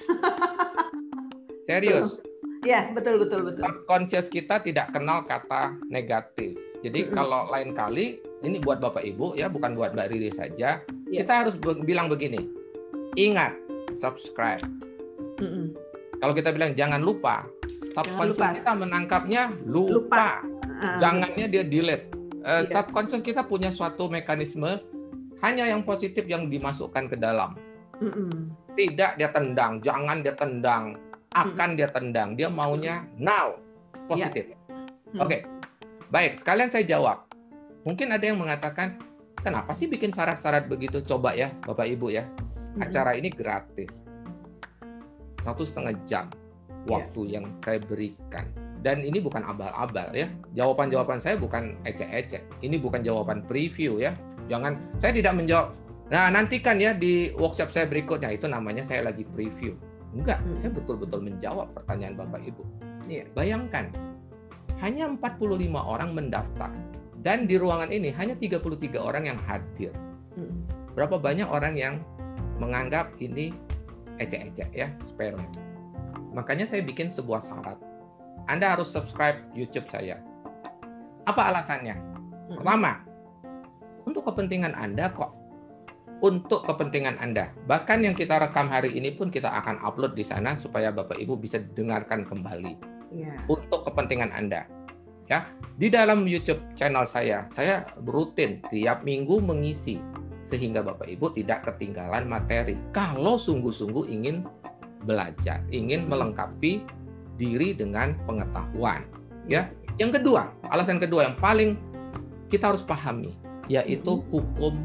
Serius. Ya betul betul betul. Subconscious kita tidak kenal kata negatif. Jadi mm-hmm. kalau lain kali ini buat Bapak Ibu ya, bukan buat Mbak Riri saja. Yeah. Kita harus bilang begini, ingat, subscribe. Mm-mm. Kalau kita bilang jangan lupa, subconscious kita menangkapnya lupa. lupa. Jangannya dia delete. Uh, yeah. Subconscious kita punya suatu mekanisme, hanya yang positif yang dimasukkan ke dalam. Mm-mm. Tidak dia tendang, jangan dia tendang, akan Mm-mm. dia tendang. Dia maunya now, positif. Yeah. Oke, okay. Baik, sekalian saya jawab. Mungkin ada yang mengatakan, kenapa sih bikin syarat-syarat begitu? Coba ya, Bapak Ibu ya. Acara ini gratis. Satu setengah jam waktu yeah. yang saya berikan. Dan ini bukan abal-abal ya. Jawaban-jawaban saya bukan ecek-ecek. Ini bukan jawaban preview ya. Jangan, saya tidak menjawab. Nah, nantikan ya di workshop saya berikutnya. Itu namanya saya lagi preview. Enggak, hmm. saya betul-betul menjawab pertanyaan Bapak Ibu. Yeah. Bayangkan, hanya empat puluh lima orang mendaftar. Dan di ruangan ini hanya tiga puluh tiga orang yang hadir. Berapa banyak orang yang menganggap ini ecek-ecek ya, sepele. Makanya saya bikin sebuah syarat. Anda harus subscribe YouTube saya. Apa alasannya? Pertama, untuk kepentingan Anda kok. Untuk kepentingan Anda. Bahkan yang kita rekam hari ini pun kita akan upload di sana supaya Bapak Ibu bisa dengarkan kembali. Yeah. Untuk kepentingan Anda. Ya, di dalam YouTube channel saya, saya rutin tiap minggu mengisi sehingga Bapak Ibu tidak ketinggalan materi. Kalau sungguh-sungguh ingin belajar, ingin melengkapi diri dengan pengetahuan. Ya, yang kedua, alasan kedua yang paling kita harus pahami, yaitu hukum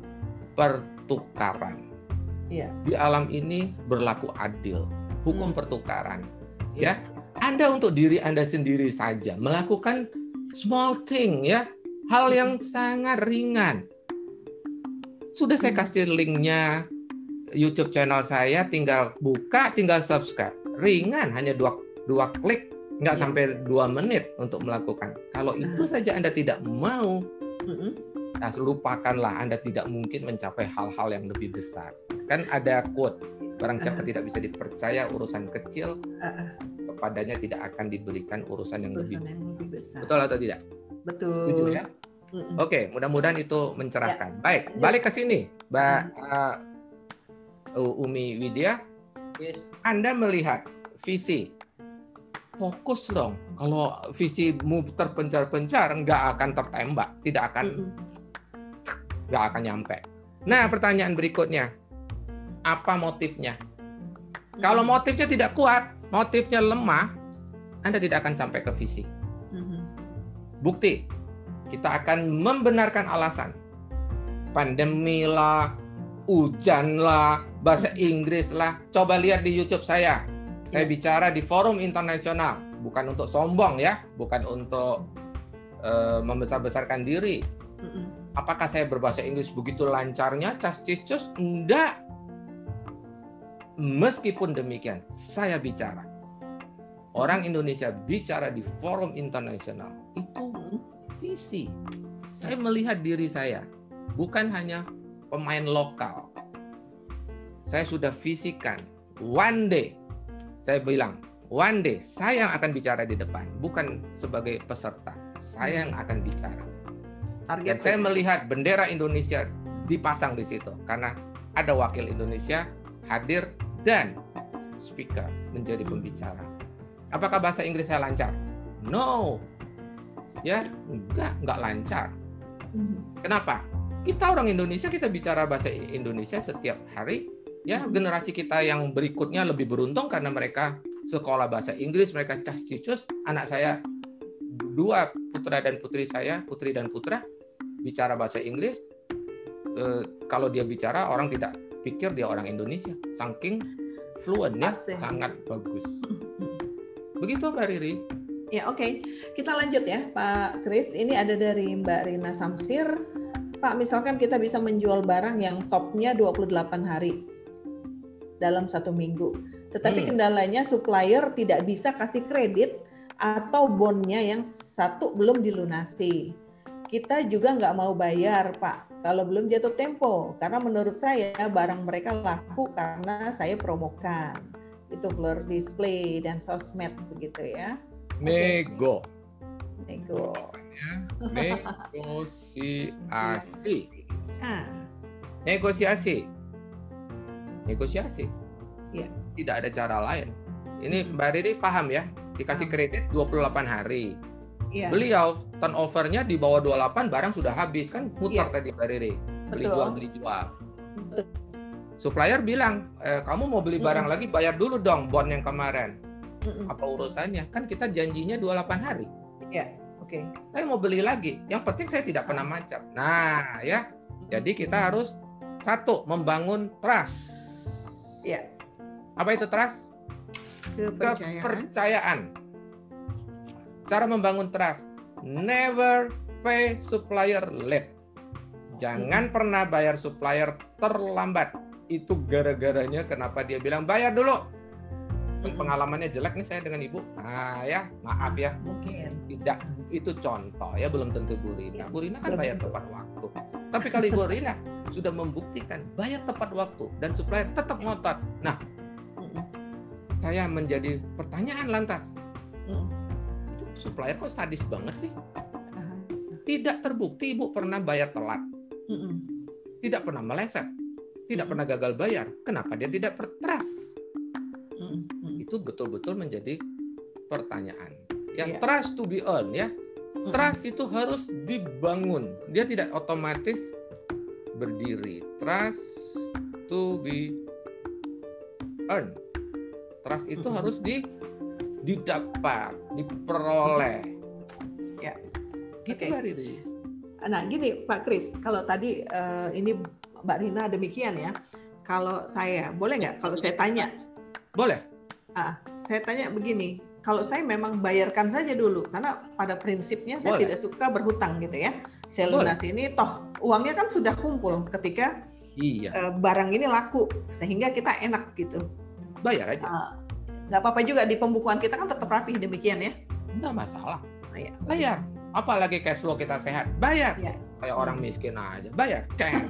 pertukaran. Ya. Di alam ini berlaku adil, hukum hmm. pertukaran. Ya, Anda untuk diri Anda sendiri saja melakukan small thing, ya, hal yang sangat ringan. Sudah saya kasih linknya YouTube channel saya, tinggal buka, tinggal subscribe. Ringan, hanya dua dua klik. Nggak ya. Sampai dua menit untuk melakukan. Kalau itu saja Anda tidak mau, nah, lupakanlah, Anda tidak mungkin mencapai hal-hal yang lebih besar. Kan ada quote, barang siapa tidak bisa dipercaya urusan kecil, kepadanya tidak akan diberikan urusan yang, urusan lebih, yang lebih besar. Betul atau tidak? Betul. Betul ya? Oke, mudah-mudahan itu mencerahkan. Ya. Baik, balik ke sini, Mbak uh, Umi Widya. Yes. Anda melihat visi. Fokus dong. Kalau visimu terpencar-pencar, nggak akan tertembak, tidak akan, nggak mm-hmm. akan nyampe. Nah, pertanyaan berikutnya, apa motifnya? Mm-hmm. Kalau motifnya tidak kuat, motifnya lemah, Anda tidak akan sampai ke visi. Mm-hmm. Bukti, kita akan membenarkan alasan. Pandemi lah, hujan lah, bahasa Inggris lah. Coba lihat di YouTube saya. Saya bicara di forum internasional, bukan untuk sombong ya, bukan untuk uh, membesar-besarkan diri. Apakah saya berbahasa Inggris begitu lancarnya, cas-cis-cus? Enggak. Meskipun demikian, saya bicara. Orang Indonesia bicara di forum internasional, itu visi. Saya melihat diri saya, bukan hanya pemain lokal. Saya sudah visikan, one day, saya bilang, one day saya yang akan bicara di depan, bukan sebagai peserta. Saya yang akan bicara. Dan saya melihat bendera Indonesia dipasang di situ karena ada wakil Indonesia hadir dan speaker menjadi pembicara. Apakah bahasa Inggris saya lancar? No. Ya, enggak, enggak lancar. Kenapa? Kita orang Indonesia, kita bicara bahasa Indonesia setiap hari. Ya, generasi kita yang berikutnya lebih beruntung karena mereka sekolah bahasa Inggris, mereka cas-cicus. Anak saya, dua putra dan putri saya, putri dan putra, bicara bahasa Inggris. E, kalau dia bicara, orang tidak pikir dia orang Indonesia. Saking fluentnya, sangat bagus. Begitu Mbak Riri. Ya, oke. Okay. Kita lanjut ya, Pak Kris. Ini ada dari Mbak Rina Samsir. Pak, misalkan kita bisa menjual barang yang topnya dua puluh delapan hari. Dalam satu minggu. Tetapi hmm. kendalanya supplier tidak bisa kasih kredit atau bondnya yang satu belum dilunasi. Kita juga nggak mau bayar, Pak, kalau belum jatuh tempo. Karena menurut saya barang mereka laku karena saya promokan. Itu floor display dan sosmed begitu ya. Nego. Nego. Negosiasi. Ah. Negosiasi. Negosiasi. Ya. Tidak ada cara lain. Ini Mbak Riri paham ya? Dikasih kredit dua puluh delapan hari. Ya. Beliau turnover-nya di bawah dua puluh delapan, barang sudah habis. Kan putar ya. Tadi Mbak Riri. Beli Betul. jual, beli jual. Betul. Supplier bilang, e, kamu mau beli barang mm. lagi, bayar dulu dong bond yang kemarin. Mm-mm. Apa urusannya? Kan kita janjinya dua puluh delapan hari. Iya, oke. Okay. Saya mau beli lagi. Yang penting saya tidak pernah macet. Nah, ya. Jadi kita harus satu, membangun trust. Ya. Apa itu trust? Kepercayaan. Kepercayaan. Cara membangun trust, never pay supplier late. Jangan hmm. pernah bayar supplier terlambat. Itu gara-garanya kenapa dia bilang bayar dulu. Hmm. Pengalamannya jelek nih saya dengan ibu. Ah ya, maaf ya. Mungkin tidak. Itu contoh ya, belum tentu Bu Rina. Bu Rina kan bayar tepat waktu. Tapi kalau Ibu Rina sudah membuktikan bayar tepat waktu dan supplier tetap ngotot. Nah, saya menjadi pertanyaan lantas. Itu supplier kok sadis banget sih? tidak terbukti Ibu pernah bayar telat, mm-mm. tidak pernah meleset, tidak mm-mm. pernah gagal bayar, kenapa dia tidak bertrust? Mm-mm. Itu betul-betul menjadi pertanyaan. Ya, yeah. Trust to be earned ya. Mm-mm. Trust itu harus dibangun. Dia tidak otomatis berdiri. Trust to be earned. Trust itu mm-hmm. harus di, didapat, diperoleh. Ya, gitu okay. Mbak Riri. Nah, gini Pak Kris, kalau tadi uh, ini Mbak Rina demikian ya. Kalau saya, boleh nggak? Kalau saya tanya? Boleh. Ah, saya tanya begini. Kalau saya memang bayarkan saja dulu, karena pada prinsipnya saya boleh. Tidak suka berhutang gitu ya. Saya lunasi ini, toh uangnya kan sudah kumpul ketika iya. uh, barang ini laku, sehingga kita enak gitu. Bayar aja. Uh, nggak apa-apa juga di pembukuan kita kan tetap rapi demikian ya. Nggak masalah. Bayar. Bayar. Apalagi cash flow kita sehat. Bayar. Ya. Kayak hmm. orang miskin aja. Bayar. Ceng.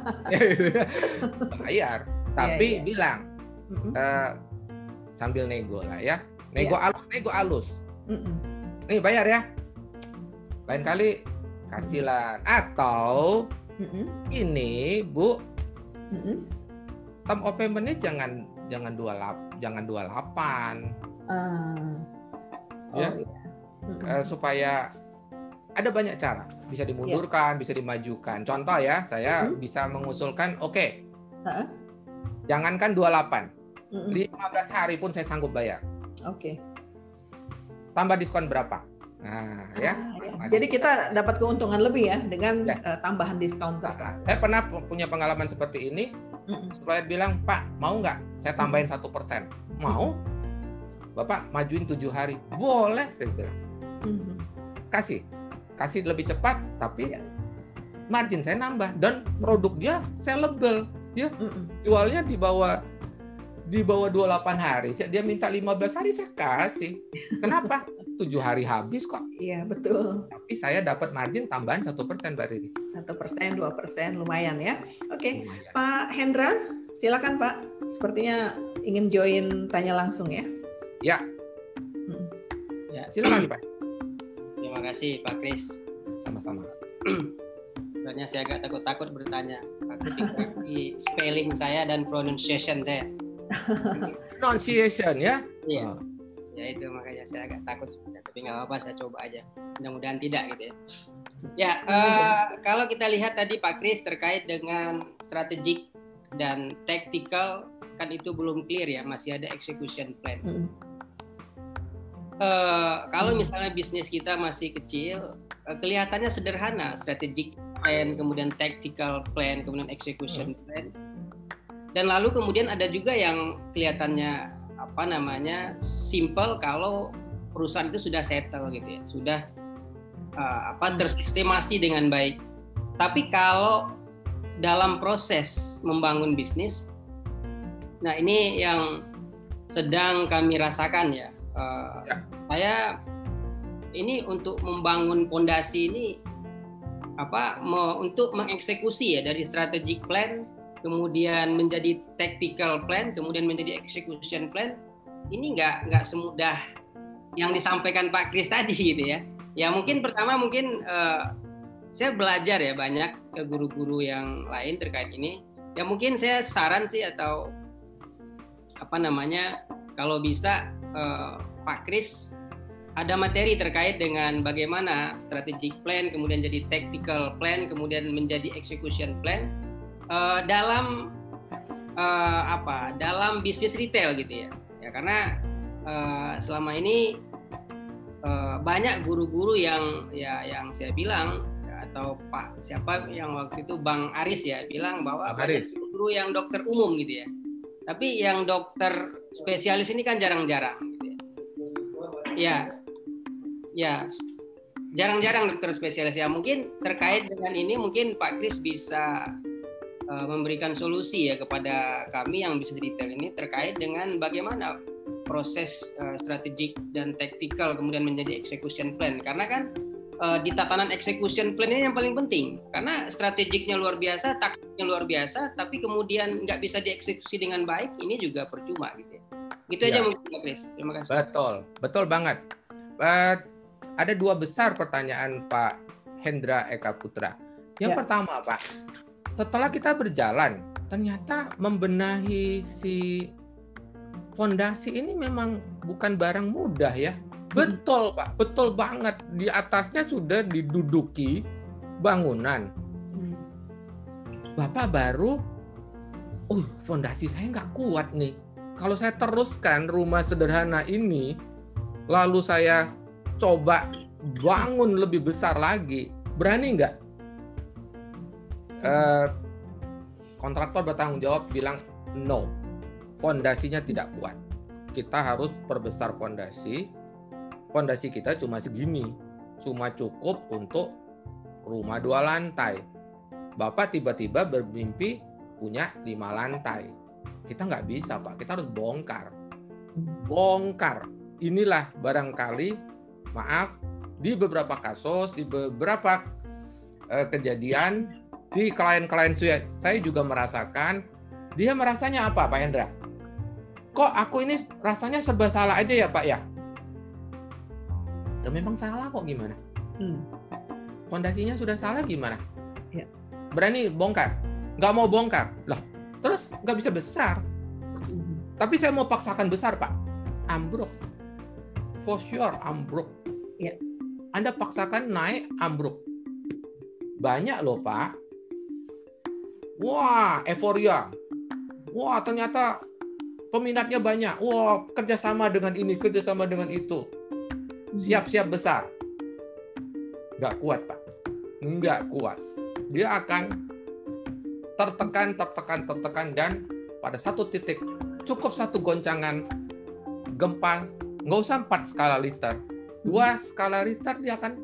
Bayar. Tapi ya, ya. bilang mm-hmm. uh, sambil nego lah ya. Nego ya. alus, nego alus. Mm-mm. Nih bayar ya. Lain kali kasihlah. Atau mm-mm. ini Bu, mm-mm. term of payment-nya jangan jangan dua lap, jangan dua delapan. Uh. Oh, ya. Iya. Uh, supaya ada banyak cara, bisa dimundurkan, yeah. bisa dimajukan. Contoh ya, saya mm-hmm. bisa mengusulkan, oke, okay, uh-huh. jangankan dua puluh delapan, mm-hmm. lima belas hari pun saya sanggup bayar. Oke. Okay. Tambah diskon berapa? Nah, ah, ya. ya. Jadi kita dapat keuntungan lebih ya dengan ya. uh, tambahan diskon tersebut. Saya pernah punya pengalaman seperti ini. Mm-hmm. Supplier bilang, Pak, mau nggak? Saya tambahin satu persen. Mau? Bapak majuin tujuh hari. Boleh, saya bilang. Mm-hmm. Kasih. Kasih lebih cepat, tapi margin saya nambah dan produk dia sellable, ya jualnya di bawah di bawah dua puluh delapan hari. Dia minta lima belas hari, saya kasih. Kenapa? tujuh hari habis kok. Iya betul. Tapi saya dapat margin tambahan satu persen Mbak Riri. Satu persen, dua persen, lumayan ya. Oke, lumayan. Pak Hendra, silakan Pak. Sepertinya ingin join tanya langsung ya. Ya. Hmm. Ya. Silakan Pak. Terima kasih Pak Kris. Sama-sama. Sebenarnya saya agak takut-takut bertanya. Takut di spelling saya dan pronunciation saya. Pronunciation ya? Iya. Oh. Ya itu makanya saya agak takut sebenarnya. Tapi nggak apa-apa, saya coba aja. Mudah-mudahan tidak gitu ya. Ya, uh, kalau kita lihat tadi Pak Kris terkait dengan strategik dan tactical, kan itu belum clear ya, masih ada execution plan. Hmm. Uh, kalau misalnya bisnis kita masih kecil, uh, kelihatannya sederhana, strategic plan, kemudian tactical plan, kemudian execution plan, dan lalu kemudian ada juga yang kelihatannya apa namanya simple kalau perusahaan itu sudah settle gitu ya, sudah uh, apa tersistemasi dengan baik. Tapi kalau dalam proses membangun bisnis, nah ini yang sedang kami rasakan ya. Uh, ya. Saya ini untuk membangun fondasi ini apa me, untuk mengeksekusi ya dari strategic plan kemudian menjadi tactical plan kemudian menjadi execution plan, ini nggak nggak semudah yang disampaikan Pak Kris tadi gitu ya. Ya mungkin pertama mungkin uh, saya belajar ya banyak ke guru-guru yang lain terkait ini. Ya mungkin saya saran sih atau apa namanya kalau bisa uh, Pak Kris ada materi terkait dengan bagaimana strategic plan kemudian jadi tactical plan kemudian menjadi execution plan uh, dalam uh, apa dalam bisnis retail gitu ya. Ya karena uh, selama ini uh, banyak guru-guru yang ya yang saya bilang ya, atau Pak siapa yang waktu itu Bang Aris ya bilang bahwa banyak guru yang dokter umum gitu ya. Tapi yang dokter spesialis ini kan jarang-jarang gitu ya. Ya. Ya, jarang-jarang dokter spesialis ya. Mungkin terkait dengan ini mungkin Pak Kris bisa uh, memberikan solusi ya kepada kami yang bisnis retail ini terkait dengan bagaimana proses uh, strategik dan tactical kemudian menjadi execution plan. Karena kan uh, di tatanan execution plan ini yang paling penting. Karena strategiknya luar biasa, taktiknya luar biasa, tapi kemudian nggak bisa dieksekusi dengan baik, ini juga percuma gitu ya. Gitu ya. Aja mungkin Pak Kris. Terima kasih. Betul, betul banget. Uh, Ada dua besar pertanyaan Pak Hendra Eka Putra. Yang Ya. pertama, Pak, setelah kita berjalan, ternyata membenahi si fondasi ini memang bukan barang mudah ya. Betul, Pak, betul banget. Di atasnya sudah diduduki bangunan. Bapak baru, oh, fondasi saya nggak kuat nih. Kalau saya teruskan rumah sederhana ini, lalu saya coba bangun lebih besar lagi, berani nggak? Eh, kontraktor bertanggung jawab bilang, no, fondasinya tidak kuat. Kita harus perbesar fondasi. Fondasi kita cuma segini, cuma cukup untuk rumah dua lantai. Bapak tiba-tiba bermimpi punya lima lantai. Kita nggak bisa, Pak. Kita harus bongkar. Bongkar. Inilah barangkali, maaf, di beberapa kasus, di beberapa uh, kejadian, di klien-klien saya, saya juga merasakan, dia merasanya apa, Pak Hendra? Kok aku ini rasanya serba salah aja ya, Pak ya? Dan memang salah kok, gimana? Hmm. Fondasinya sudah salah gimana? Ya. Berani bongkar? Nggak mau bongkar. Lah, terus nggak bisa besar. Hmm. Tapi saya mau paksakan besar, Pak. Ambruk. For sure, ambruk. Ya. Anda paksakan naik, ambruk. Banyak loh, Pak. Wah, euforia. Wah, ternyata peminatnya banyak. Wah, kerjasama dengan ini, kerjasama dengan itu. Siap-siap besar. Nggak kuat, Pak. Nggak kuat. Dia akan tertekan, tertekan, tertekan, dan pada satu titik cukup satu goncangan gempa, nggak usah empat skala Richter, dua skala Richter dia akan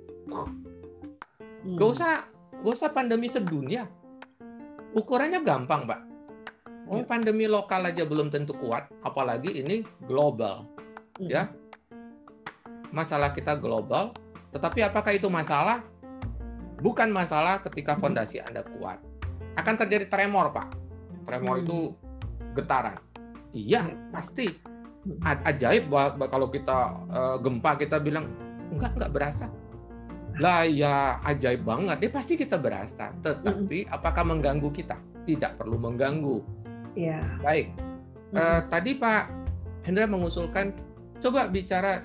nggak usah nggak usah pandemi sedunia. Ukurannya gampang, Pak. Oh, pandemi lokal aja belum tentu kuat, apalagi ini global, ya. Masalah kita global, tetapi apakah itu masalah? Bukan masalah ketika fondasi Anda kuat. Akan terjadi tremor, Pak. Tremor hmm. itu getaran. Iya, pasti. Ajaib kalau kita uh, gempa, kita bilang, enggak, enggak berasa. Lah ya, ajaib banget. Dia pasti kita berasa. Tetapi hmm. apakah mengganggu kita? Tidak perlu mengganggu. Ya. Baik. Hmm. Uh, tadi Pak Hendra mengusulkan, coba bicara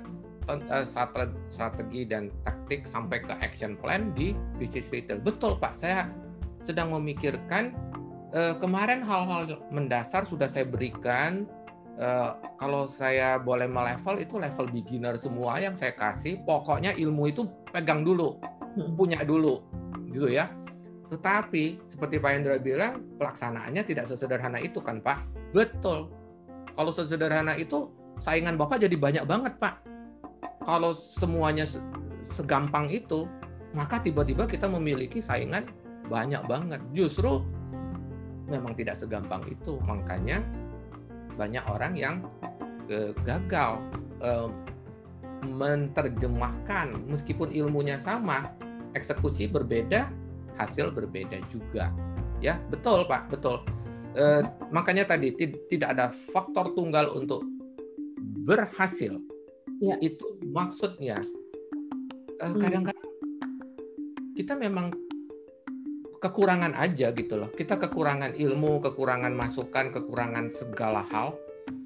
strategi dan taktik sampai ke action plan di bisnis retail. Betul, Pak. Saya sedang memikirkan eh, kemarin hal-hal mendasar sudah saya berikan. Eh, kalau saya boleh melevel itu level beginner semua yang saya kasih. Pokoknya ilmu itu pegang dulu, punya dulu, gitu ya. Tetapi seperti Pak Hendra bilang, pelaksanaannya tidak sesederhana itu kan, Pak? Betul. Kalau sesederhana itu saingan Bapak jadi banyak banget, Pak. Kalau semuanya segampang itu, maka tiba-tiba kita memiliki saingan banyak banget. Justru memang tidak segampang itu. Makanya banyak orang yang eh, gagal eh, menerjemahkan, meskipun ilmunya sama, eksekusi berbeda, hasil berbeda juga. Ya, betul, Pak, betul. Eh, makanya tadi tidak ada faktor tunggal untuk berhasil. Ya. Itu maksudnya kadang-kadang kita memang kekurangan aja gitu loh. Kita kekurangan ilmu, kekurangan masukan, kekurangan segala hal.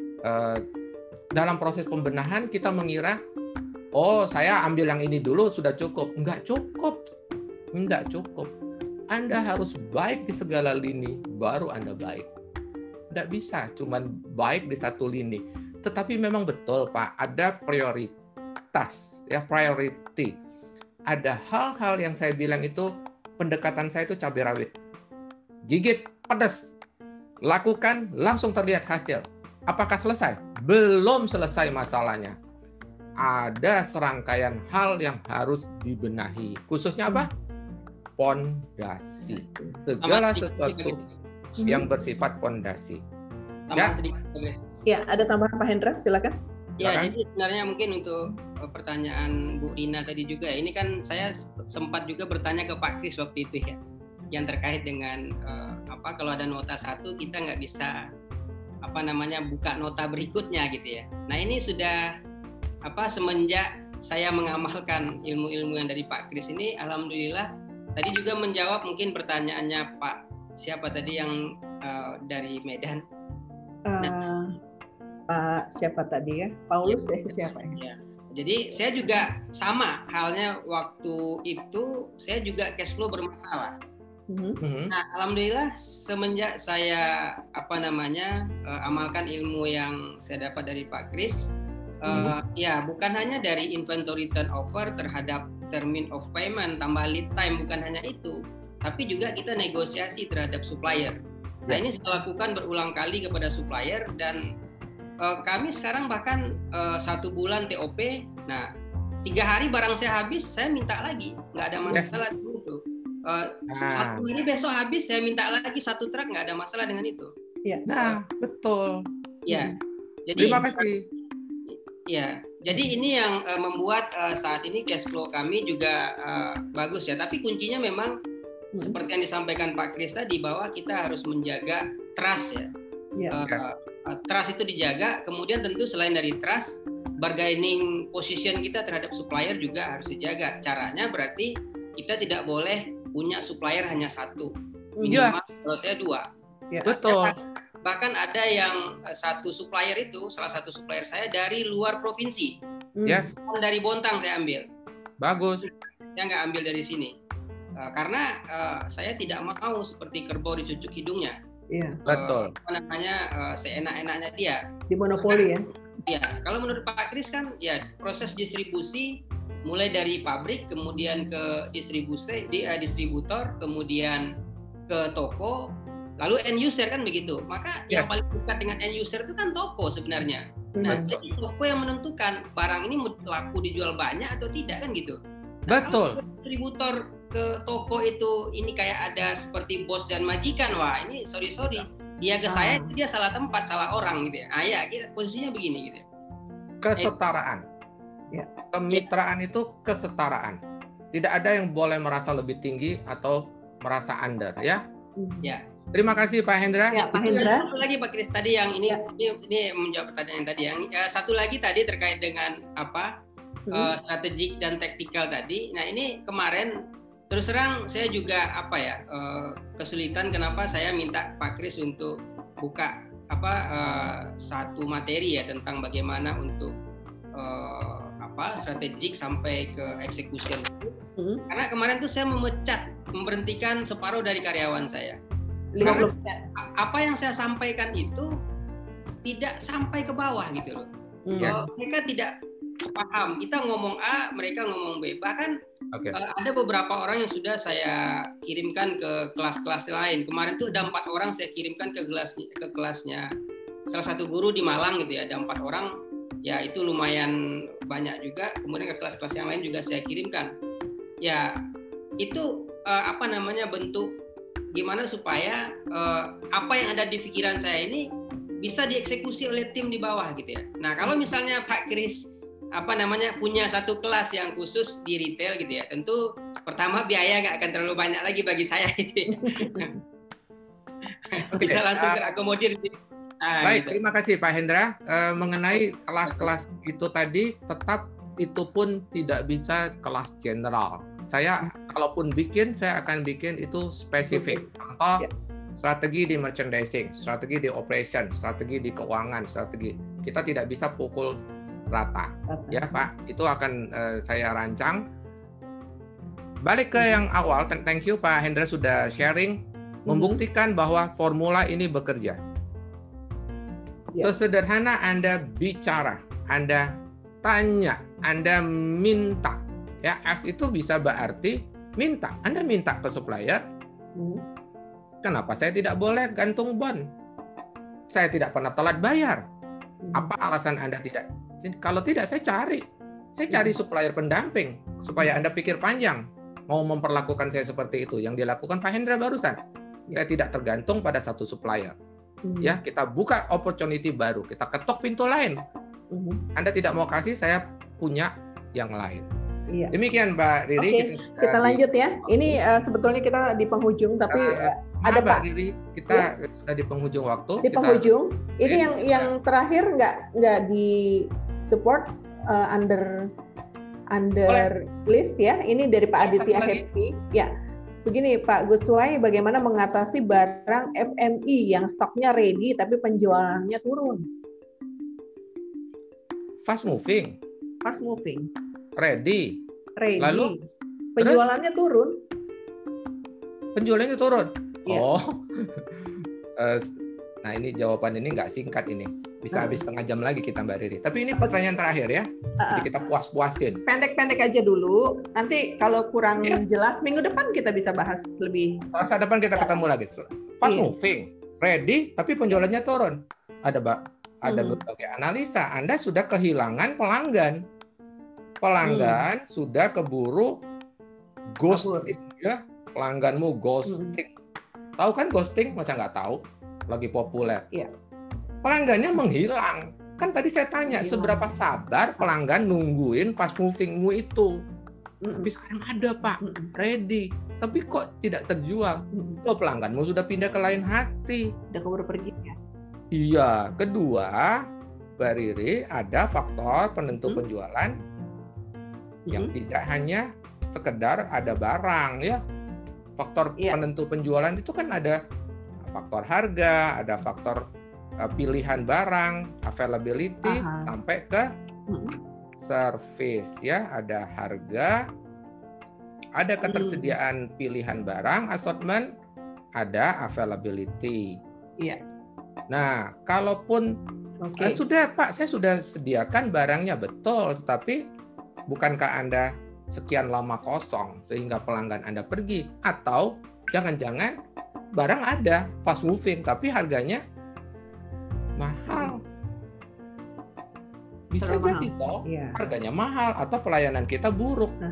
Dalam proses pembenahan kita mengira, oh saya ambil yang ini dulu sudah cukup. Enggak cukup. Enggak cukup. Anda harus baik di segala lini, baru Anda baik. Enggak bisa cuman baik di satu lini. Tetapi memang betul, Pak, ada prioritas, ya, priority. Ada hal-hal yang saya bilang itu, pendekatan saya itu cabai rawit. Gigit, pedas. Lakukan, langsung terlihat hasil. Apakah selesai? Belum selesai masalahnya. Ada serangkaian hal yang harus dibenahi. Khususnya apa? Pondasi. Segala sesuatu yang bersifat pondasi. Ya. Ya, ada tambahan Pak Hendra, silakan. Ya, silakan. Jadi sebenarnya mungkin untuk pertanyaan Bu Rina tadi juga, ini kan saya sempat juga bertanya ke Pak Kris waktu itu ya, yang terkait dengan uh, apa kalau ada nota satu kita nggak bisa apa namanya buka nota berikutnya gitu ya. Nah ini sudah apa semenjak saya mengamalkan ilmu-ilmu yang dari Pak Kris ini, alhamdulillah tadi juga menjawab mungkin pertanyaannya Pak siapa tadi yang uh, dari Medan. Uh, nah, Pak siapa tadi ya? Paulus ya, ya siapa ya? ya. Jadi saya juga sama halnya waktu itu saya juga cash flow bermasalah. Mm-hmm. Nah, alhamdulillah semenjak saya apa namanya uh, amalkan ilmu yang saya dapat dari Pak Kris, uh, mm-hmm. ya bukan hanya dari inventory turnover terhadap termin of payment, tambah lead time, bukan hanya itu, tapi juga kita negosiasi terhadap supplier. Nah, yes. Ini saya lakukan berulang kali kepada supplier dan uh, kami sekarang bahkan uh, satu bulan T O P, nah tiga hari barang saya habis, saya minta lagi, nggak ada masalah yes. Itu. Uh, nah. Satu hari besok habis, saya minta lagi satu truk, nggak ada masalah dengan itu. Ya. Nah, betul. Ya. Jadi, terima kasih. Ya, jadi ini yang uh, membuat uh, saat ini cash flow kami juga uh, bagus ya. Tapi kuncinya memang hmm. seperti yang disampaikan Pak Kris tadi bahwa kita harus menjaga trust ya. Ya. Uh, yes. uh, trust itu dijaga. Kemudian tentu selain dari trust, bargaining position kita terhadap supplier juga harus dijaga. Caranya berarti kita tidak boleh punya supplier hanya satu, minimal ya. Kalau saya dua. Ya. Betul. Bahkan ada yang satu supplier itu, salah satu supplier saya dari luar provinsi. Yes. Dari Bontang saya ambil. Bagus. Saya nggak ambil dari sini, uh, karena uh, saya tidak mau seperti kerbau dicucuk hidungnya. Iya. Uh, Betul. Apa namanya uh, seenak-enaknya dia. Di monopoli ya. Iya. Kalau menurut Pak Kris kan, ya proses distribusi mulai dari pabrik, kemudian ke distribusi, di uh, distributor, kemudian ke toko, lalu end user kan begitu. Maka yes. Yang paling dekat dengan end user itu kan toko sebenarnya. Nah, hmm. jadi toko yang menentukan barang ini laku dijual banyak atau tidak kan gitu. Nah, betul. Kalau distributor ke toko itu ini kayak ada seperti bos dan majikan, wah ini sorry sorry, dia ke ah. saya dia salah tempat, salah orang gitu ya. Ah ya, posisinya begini gitu. Kesetaraan. Ya. Kemitraan ya. Itu kesetaraan. Tidak ada yang boleh merasa lebih tinggi atau merasa under ya. Ya. Terima kasih Pak Hendra. Ya, Pak Hendra. Satu lagi Pak Kris tadi yang ini, ya. ini ini menjawab pertanyaan yang tadi. Yang uh, satu lagi tadi terkait dengan apa hmm. uh, strategik dan taktikal tadi. Nah ini kemarin terus terang saya juga apa ya uh, kesulitan kenapa saya minta Pak Kris untuk buka apa uh, satu materi ya tentang bagaimana untuk uh, apa strategik sampai ke execution. Hmm. Karena kemarin tuh saya memecat, memberhentikan separuh dari karyawan saya. lima puluh persen. Karena apa yang saya sampaikan itu tidak sampai ke bawah gitu loh. Hmm. Yes. Mereka tidak paham. Kita ngomong A, mereka ngomong B. Bahkan okay. uh, ada beberapa orang yang sudah saya kirimkan ke kelas-kelas lain. Kemarin tuh ada empat orang saya kirimkan ke kelas ke kelasnya. Salah satu guru di Malang gitu ya, ada empat orang. Ya itu lumayan banyak juga. Kemudian ke kelas-kelas yang lain juga saya kirimkan. Ya itu uh, apa namanya bentuk gimana supaya uh, apa yang ada di pikiran saya ini bisa dieksekusi oleh tim di bawah gitu ya. Nah kalau misalnya Pak Kris apa namanya punya satu kelas yang khusus di retail gitu ya, tentu pertama biaya nggak akan terlalu banyak lagi bagi saya gitu ya. Okay. Bisa langsung uh, terakomodir. Nah, baik, gitu. Terima kasih Pak Hendra. Uh, mengenai kelas-kelas itu tadi, tetap itu pun tidak bisa kelas general. Saya kalaupun bikin, saya akan bikin itu spesifik. Contoh, yeah. strategi di merchandising, strategi di operation, strategi di keuangan, strategi. Kita tidak bisa pukul rata, rata. Ya Pak. Itu akan uh, saya rancang. Balik ke yang awal, thank you Pak Hendra sudah sharing, membuktikan bahwa formula ini bekerja. Yeah. Sesederhana Anda bicara, Anda tanya, Anda minta. Ya, ask itu bisa berarti minta. Anda minta ke supplier, hmm. kenapa saya tidak boleh gantung bon? Saya tidak pernah telat bayar. Hmm. Apa alasan Anda tidak? Kalau tidak, saya cari. Saya cari supplier pendamping, supaya Anda pikir panjang. Mau memperlakukan saya seperti itu. Yang dilakukan Pak Hendra barusan. Saya tidak tergantung pada satu supplier. Hmm. Ya, kita buka opportunity baru. Kita ketok pintu lain. Hmm. Anda tidak mau kasih, saya punya yang lain. Iya. Demikian Mbak Riri. Oke, kita, kita lanjut ya. Ini uh, sebetulnya kita di penghujung, tapi uh, ada Mbak Riri. Kita ya? Sudah di penghujung waktu. Di penghujung. Kita, ini yang ya. yang terakhir nggak nggak di support uh, under under list ya. Ini dari Pak Aditya Happy. Ya, begini Pak Guswai, bagaimana mengatasi barang F M I yang stoknya ready tapi penjualannya turun? Fast moving. Fast moving. Ready. Ready. Lalu penjualannya terus? turun. Penjualannya turun. Ya. Oh. Nah ini jawaban ini nggak singkat ini. Bisa habis setengah jam lagi kita Mbak Riri. Tapi ini pertanyaan terakhir ya. Jadi kita puas-puasin. Pendek-pendek aja dulu. Nanti kalau kurang ya. jelas minggu depan kita bisa bahas lebih. Selasa depan kita ya. ketemu lagi. Fast iya. moving, ready, tapi penjualannya turun. Ada Mbak, ada hmm. berbagai analisa. Anda sudah kehilangan pelanggan. Pelanggan hmm. sudah keburu ghosting ya. Pelangganmu ghosting. Hmm. Tahu kan ghosting? Masa nggak tahu? Lagi populer. Iya. Pelanggannya menghilang. Kan tadi saya tanya, menghilang. Seberapa sabar pelanggan nungguin fast movingmu itu. Mm-mm. Tapi sekarang ada Pak, Mm-mm. ready. Tapi kok tidak terjual? Mm-mm. Loh, pelangganmu sudah pindah ke lain hati. Udah keburu pergi ya? Iya. Kedua, Mbak Riri, ada faktor penentu Mm-mm. penjualan Mm-mm. yang tidak hanya sekedar ada barang ya. Faktor yeah. penentu penjualan itu kan ada faktor harga, ada faktor uh, pilihan barang, availability, Aha. sampai ke hmm. service ya, ada harga, ada ketersediaan hmm. pilihan barang, assortment, ada availability. Iya. Nah, kalaupun okay. uh, sudah Pak, saya sudah sediakan barangnya betul, tetapi bukankah Anda sekian lama kosong sehingga pelanggan Anda pergi, atau jangan-jangan barang ada fast moving tapi harganya mahal, bisa Terlalu jadi mahal. toh yeah. harganya mahal atau pelayanan kita buruk. Nah.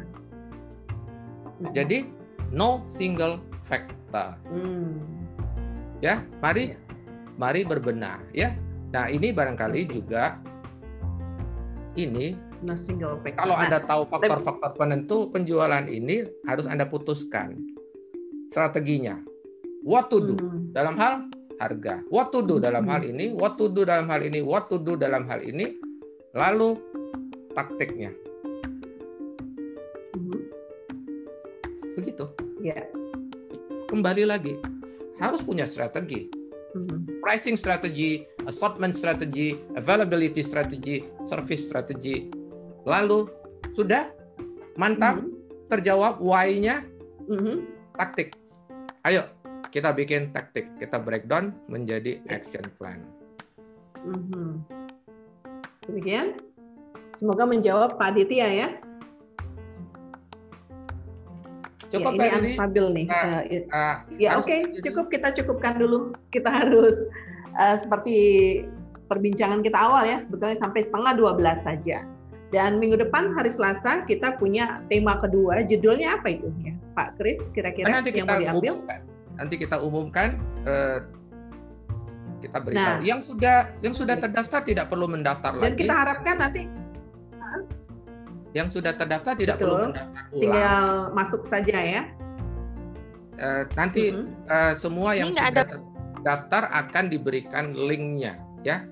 Jadi no single factor. Hmm. Ya, mari mari berbenah ya. Nah ini barangkali okay. juga ini no single factor. Kalau Anda tahu faktor-faktor penentu penjualan ini harus Anda putuskan strateginya. What to do hmm. dalam hal harga, what to do dalam hal ini, what to do dalam hal ini, what to do dalam hal ini, lalu taktiknya. Hmm. Begitu. Ya. Kembali lagi, harus punya strategi. Hmm. Pricing strategy, assortment strategy, availability strategy, service strategy. Lalu sudah mantap, hmm. terjawab why-nya, hmm. taktik. Ayo. Kita bikin taktik, kita breakdown menjadi action plan. Mm-hmm. Demikian. Semoga menjawab Pak Aditya ya. Cukup ya, ini unstabil nih. Uh, uh, ya oke, okay. cukup kita cukupkan dulu. Kita harus uh, seperti perbincangan kita awal ya, sebetulnya sampai setengah dua belas saja. Dan minggu depan hari Selasa kita punya tema kedua. Judulnya apa itu ya, Pak Kris? Kira-kira nanti yang kita mau diambil? Umumkan. Nanti kita umumkan, eh, kita beritahu. Nah, yang sudah yang sudah terdaftar tidak perlu mendaftar dan lagi. Dan kita harapkan nanti yang sudah terdaftar tidak betul, perlu mendaftar ulang. Tinggal masuk saja ya. Eh, nanti mm-hmm. eh, semua yang Ini sudah ada... terdaftar akan diberikan linknya, ya.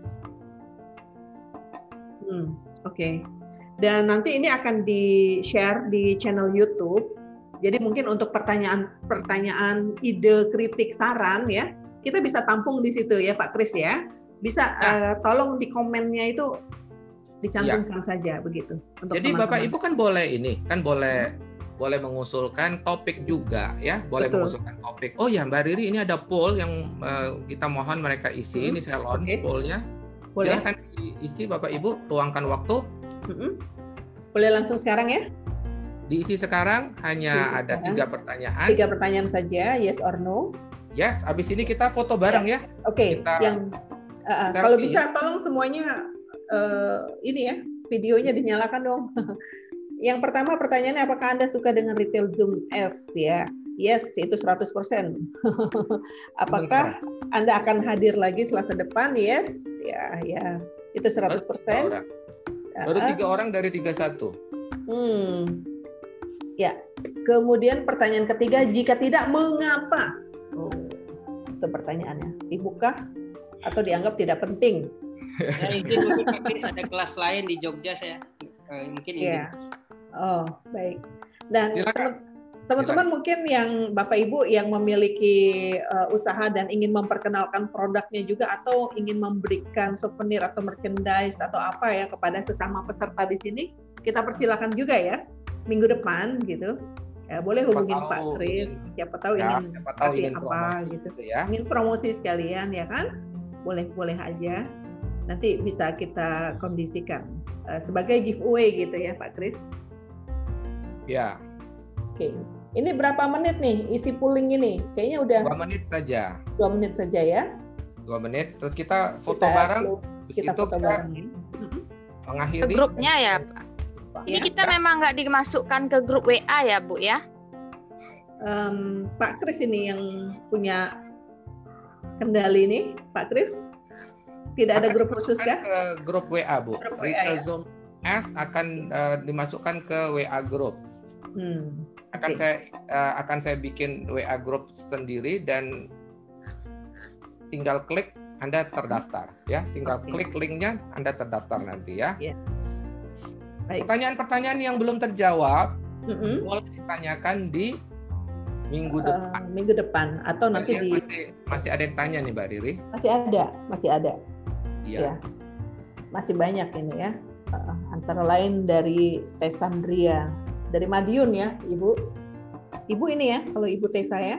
Hmm, Oke. Okay. Dan nanti ini akan di-share di channel YouTube. Jadi mungkin untuk pertanyaan-pertanyaan, ide, kritik, saran ya, kita bisa tampung di situ ya Pak Kris ya. Bisa nah, uh, tolong di komennya itu dicantumkan ya. saja begitu. Untuk Jadi teman-teman. Bapak Ibu kan boleh ini, kan boleh hmm. boleh mengusulkan topik juga ya, boleh Betul. mengusulkan topik. Oh ya Mbak Riri, ini ada poll yang uh, kita mohon mereka isi. Hmm. Ini saya launch okay. pollnya. Boleh. Silahkan diisi Bapak Ibu, luangkan waktu. Hmm. Boleh langsung sekarang ya. Diisi sekarang hanya Diisi ada sekarang. tiga pertanyaan. Tiga pertanyaan saja, yes or no. Yes, abis ini kita foto bareng ya. ya. Oke. Okay. Yang uh, kalau bisa tolong semuanya uh, ini ya videonya dinyalakan dong. Yang pertama pertanyaannya, apakah Anda suka dengan retail Zoom Ads ya? Yes, itu seratus persen. Apakah Anda akan hadir lagi Selasa depan? Yes, ya, ya. Itu seratus persen. Baru tiga orang dari tiga puluh satu. Hmm. Ya, kemudian pertanyaan ketiga, jika tidak, mengapa? Oh, itu pertanyaannya. Sibukkah atau dianggap tidak penting? Ya, izin mungkin ada kelas lain di Jogja saya. Mungkin izin. Ya. Oh, baik. Dan Silakan. teman-teman mungkin yang Bapak Ibu yang memiliki uh, usaha dan ingin memperkenalkan produknya juga atau ingin memberikan souvenir atau merchandise atau apa ya kepada sesama peserta di sini, kita persilakan juga ya minggu depan gitu. Ya, boleh hubungin Pak Kris. Siapa tahu ya, ingin siapa tahu kasih ingin apa promosi gitu. gitu ya. Ingin promosi sekalian ya kan? Boleh-boleh aja. Nanti bisa kita kondisikan uh, sebagai giveaway gitu ya Pak Kris. Ya. Oke. Ini berapa menit nih isi pooling ini? Kayaknya udah dua menit saja. Dua menit saja ya. Dua menit. Terus kita foto Kita bareng. Kita, kita itu foto kita bareng ya. mengakhiri. Ke grupnya ya Pak. Ini kita ya. Memang nggak dimasukkan ke grup W A ya Bu ya? Um, Pak Kris ini yang punya kendali nih, Pak Kris. Tidak ada grup khusus kah? Ke grup W A Bu. Grup Retail W A, ya? Zoom S akan uh, dimasukkan ke W A group. Hmm, akan okay. saya uh, akan saya bikin W A group sendiri dan tinggal klik Anda terdaftar ya. Tinggal okay. klik linknya Anda terdaftar nanti ya. Yeah. Pertanyaan-pertanyaan yang belum terjawab mm-hmm. boleh ditanyakan di minggu uh, depan. Minggu depan atau nanti di masih masih ada yang tanya nih Mbak Riri. Masih ada, masih ada. Iya. Ya. Masih banyak ini ya. Uh, antara lain dari Tesandria, dari Madiun ya, Ibu. Ibu ini ya, kalau Ibu Tesa ya.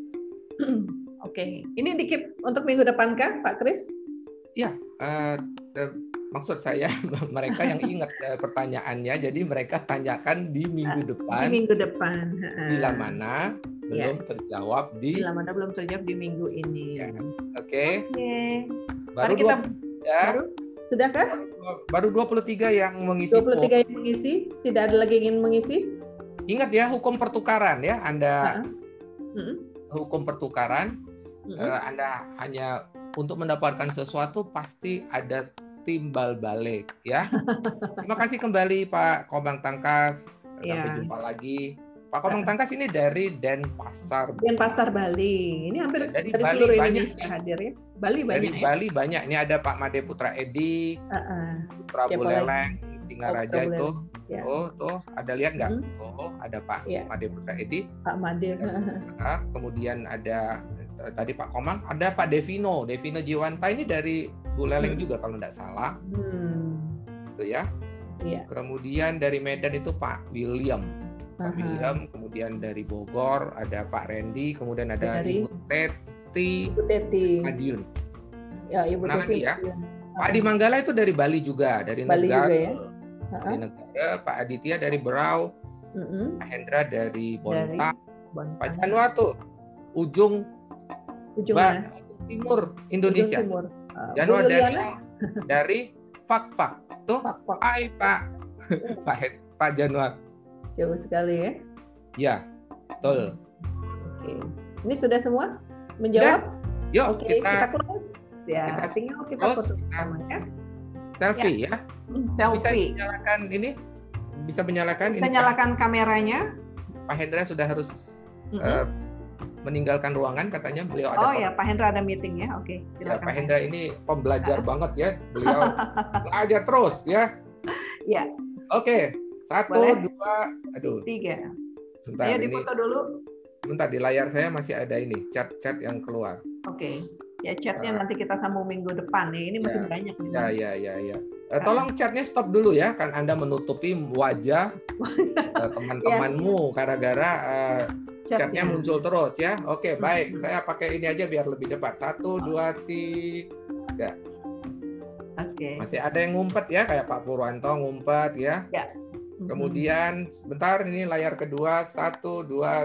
Oke, okay. Ini dikit untuk minggu depan kah, Pak Kris? Iya. Uh, Maksud saya mereka yang ingat uh, pertanyaannya, jadi mereka tanyakan di minggu depan. Di minggu depan. Bila mana belum ya. terjawab di. Bila mana belum terjawab di minggu ini. Ya. Oke. Okay. Okay. Baru kita, ya. Baru, sudahkah? Baru dua puluh tiga yang mengisi. dua puluh tiga yang mengisi. Tidak ada lagi yang ingin mengisi. Ingat ya, hukum pertukaran ya, Anda. Uh-huh. Uh-huh. Hukum pertukaran. Uh-huh. Uh, Anda hanya untuk mendapatkan sesuatu pasti ada timbal balik ya. Terima kasih kembali Pak Komang Tangkas. Sampai ya. jumpa lagi. Pak Komang Tangkas ini dari Denpasar. Denpasar Bali. Ini hampir ya, dari, dari Bali seluruh banyak Indonesia hadir ya. Bali banyak. Dari ya? Bali banyak. Ini ada Pak Made Putra Edi, uh-uh. Prabu Leleng, Singaraja oh, itu. Ya. Oh, tuh ada lihat nggak? Hmm. Oh, ada Pak ya. Made Putra Edi. Pak Made. Nah, kemudian ada tadi Pak Komang, ada Pak Devino, Devino Jiwanta ini dari Bu Leleng hmm. juga kalau tidak salah. Hmm. Itu ya. Iya. Kemudian dari Medan itu Pak William. Pak Aha. William, kemudian dari Bogor ada Pak Randy, kemudian ada dari... Ibu Teti. Ibu Teti. Madiun. Ya, Ibu Nah, Teti. ya. Pak Adi Manggala itu dari Bali juga, dari Bali Negara. Juga, ya? Dari Negara, Pak Aditya dari Berau, uh-uh. Pak Hendra dari Bontang, Bontang. Pak Januar tuh ujung ujung Ba- Timur Indonesia. Ujung Timur. Uh, Januar dari dari Fak Fak tuh. Fak, Fak. Hai Pak Pak Pak Januar. Jauh sekali ya. Ya, betul. Oke. Ini sudah semua menjawab? Udah. Yuk Oke, kita, kita close. Ya, kita tinggal kita close, foto kita sama ya. Selfie ya. ya. Selfie. Bisa menyalakan ini? Bisa menyalakan Bisa ini. nyalakan kan? kameranya. Pak Hendra sudah harus mm-hmm. uh, meninggalkan ruangan katanya, beliau ada. Oh ya, Pak Hendra ada meeting ya. Oke, ya, Pak Hendra ini pembelajar banget ya. Beliau belajar terus ya. Ya. Oke, satu, Boleh? dua, aduh. Tiga. Bentar, Ayo ini, difoto dulu. Bentar, di layar saya masih ada ini, chat-chat yang keluar. Oke. Ya, chatnya uh, nanti kita sambung minggu depan ya. Ini masih ya, banyak. Nih, ya, ya, ya, ya. Uh, tolong chatnya stop dulu ya, kan Anda menutupi wajah uh, teman-temanmu gara-gara uh, chatnya muncul terus ya. Oke, baik. Saya pakai ini aja biar lebih cepat. Satu, dua, tiga. Oke. Masih ada yang ngumpet ya, kayak Pak Purwanto ngumpet ya. Ya. Kemudian sebentar, ini layar kedua. Satu, dua,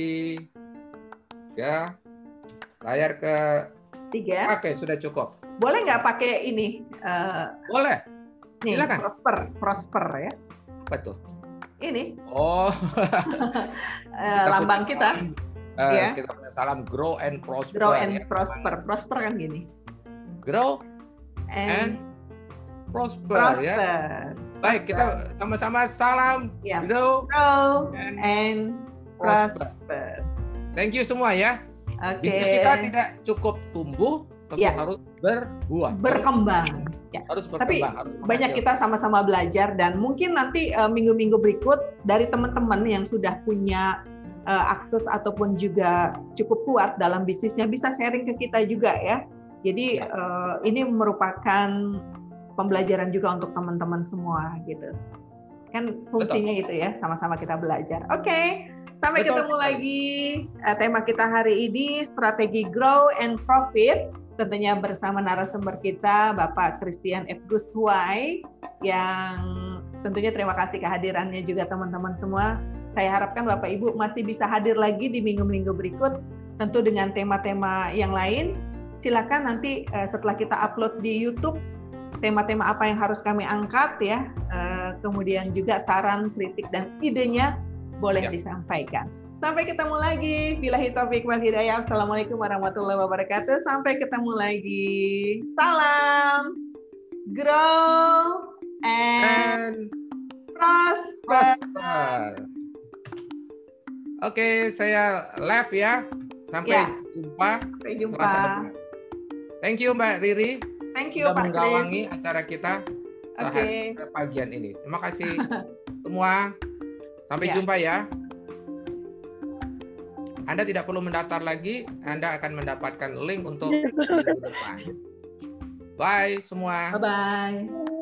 tiga. Layar ke tiga. Oke, sudah cukup. Boleh nggak pakai ini? Uh, Boleh. Nih, silakan. Prosper, Prosper ya. Apa tuh? Ini. Oh. uh, lambang kita. Salam, uh, ya. Kita punya salam grow and prosper. Grow and ya. prosper. Prosper kan gini. Grow and, and prosper, prosper ya. Baik, prosper. kita sama-sama salam ya. grow, grow and, and prosper. prosper. Thank you semua ya. Oke. Okay. Bisnis kita tidak cukup tumbuh, tentu ya. harus berbuah, berkembang. Harus, ya. harus berkembang. Tapi harus banyak kita sama-sama belajar dan mungkin nanti uh, minggu-minggu berikut dari teman-teman yang sudah punya uh, akses ataupun juga cukup kuat dalam bisnisnya bisa sharing ke kita juga ya. Jadi ya. Uh, ini merupakan pembelajaran juga untuk teman-teman semua gitu. Kan fungsinya Betul. Gitu ya, sama-sama kita belajar. Oke. Okay. Sampai Betul ketemu sekali. lagi. Uh, tema kita hari ini strategi grow and profit. Tentunya bersama narasumber kita Bapak Christian F. Guswai yang tentunya terima kasih kehadirannya juga teman-teman semua. Saya harapkan Bapak Ibu masih bisa hadir lagi di minggu-minggu berikut tentu dengan tema-tema yang lain. Silakan nanti uh, setelah kita upload di YouTube tema-tema apa yang harus kami angkat ya. Uh, kemudian juga saran, kritik dan idenya boleh ya. disampaikan. Sampai ketemu lagi. Billahi taufiq wal hidayah. Assalamualaikum warahmatullahi wabarakatuh. Sampai ketemu lagi. Salam. Grow and, and prosper. prosper. Oke, okay, saya live ya. Sampai ya. jumpa. Sampai jumpa. Thank you Mbak Riri. Thank you sudah Pak menggawangi acara kita okay. pagian ini. Terima kasih semua. Sampai ya. jumpa ya. Anda tidak perlu mendaftar lagi, Anda akan mendapatkan link untuk minggu depan. Bye semua. Bye-bye.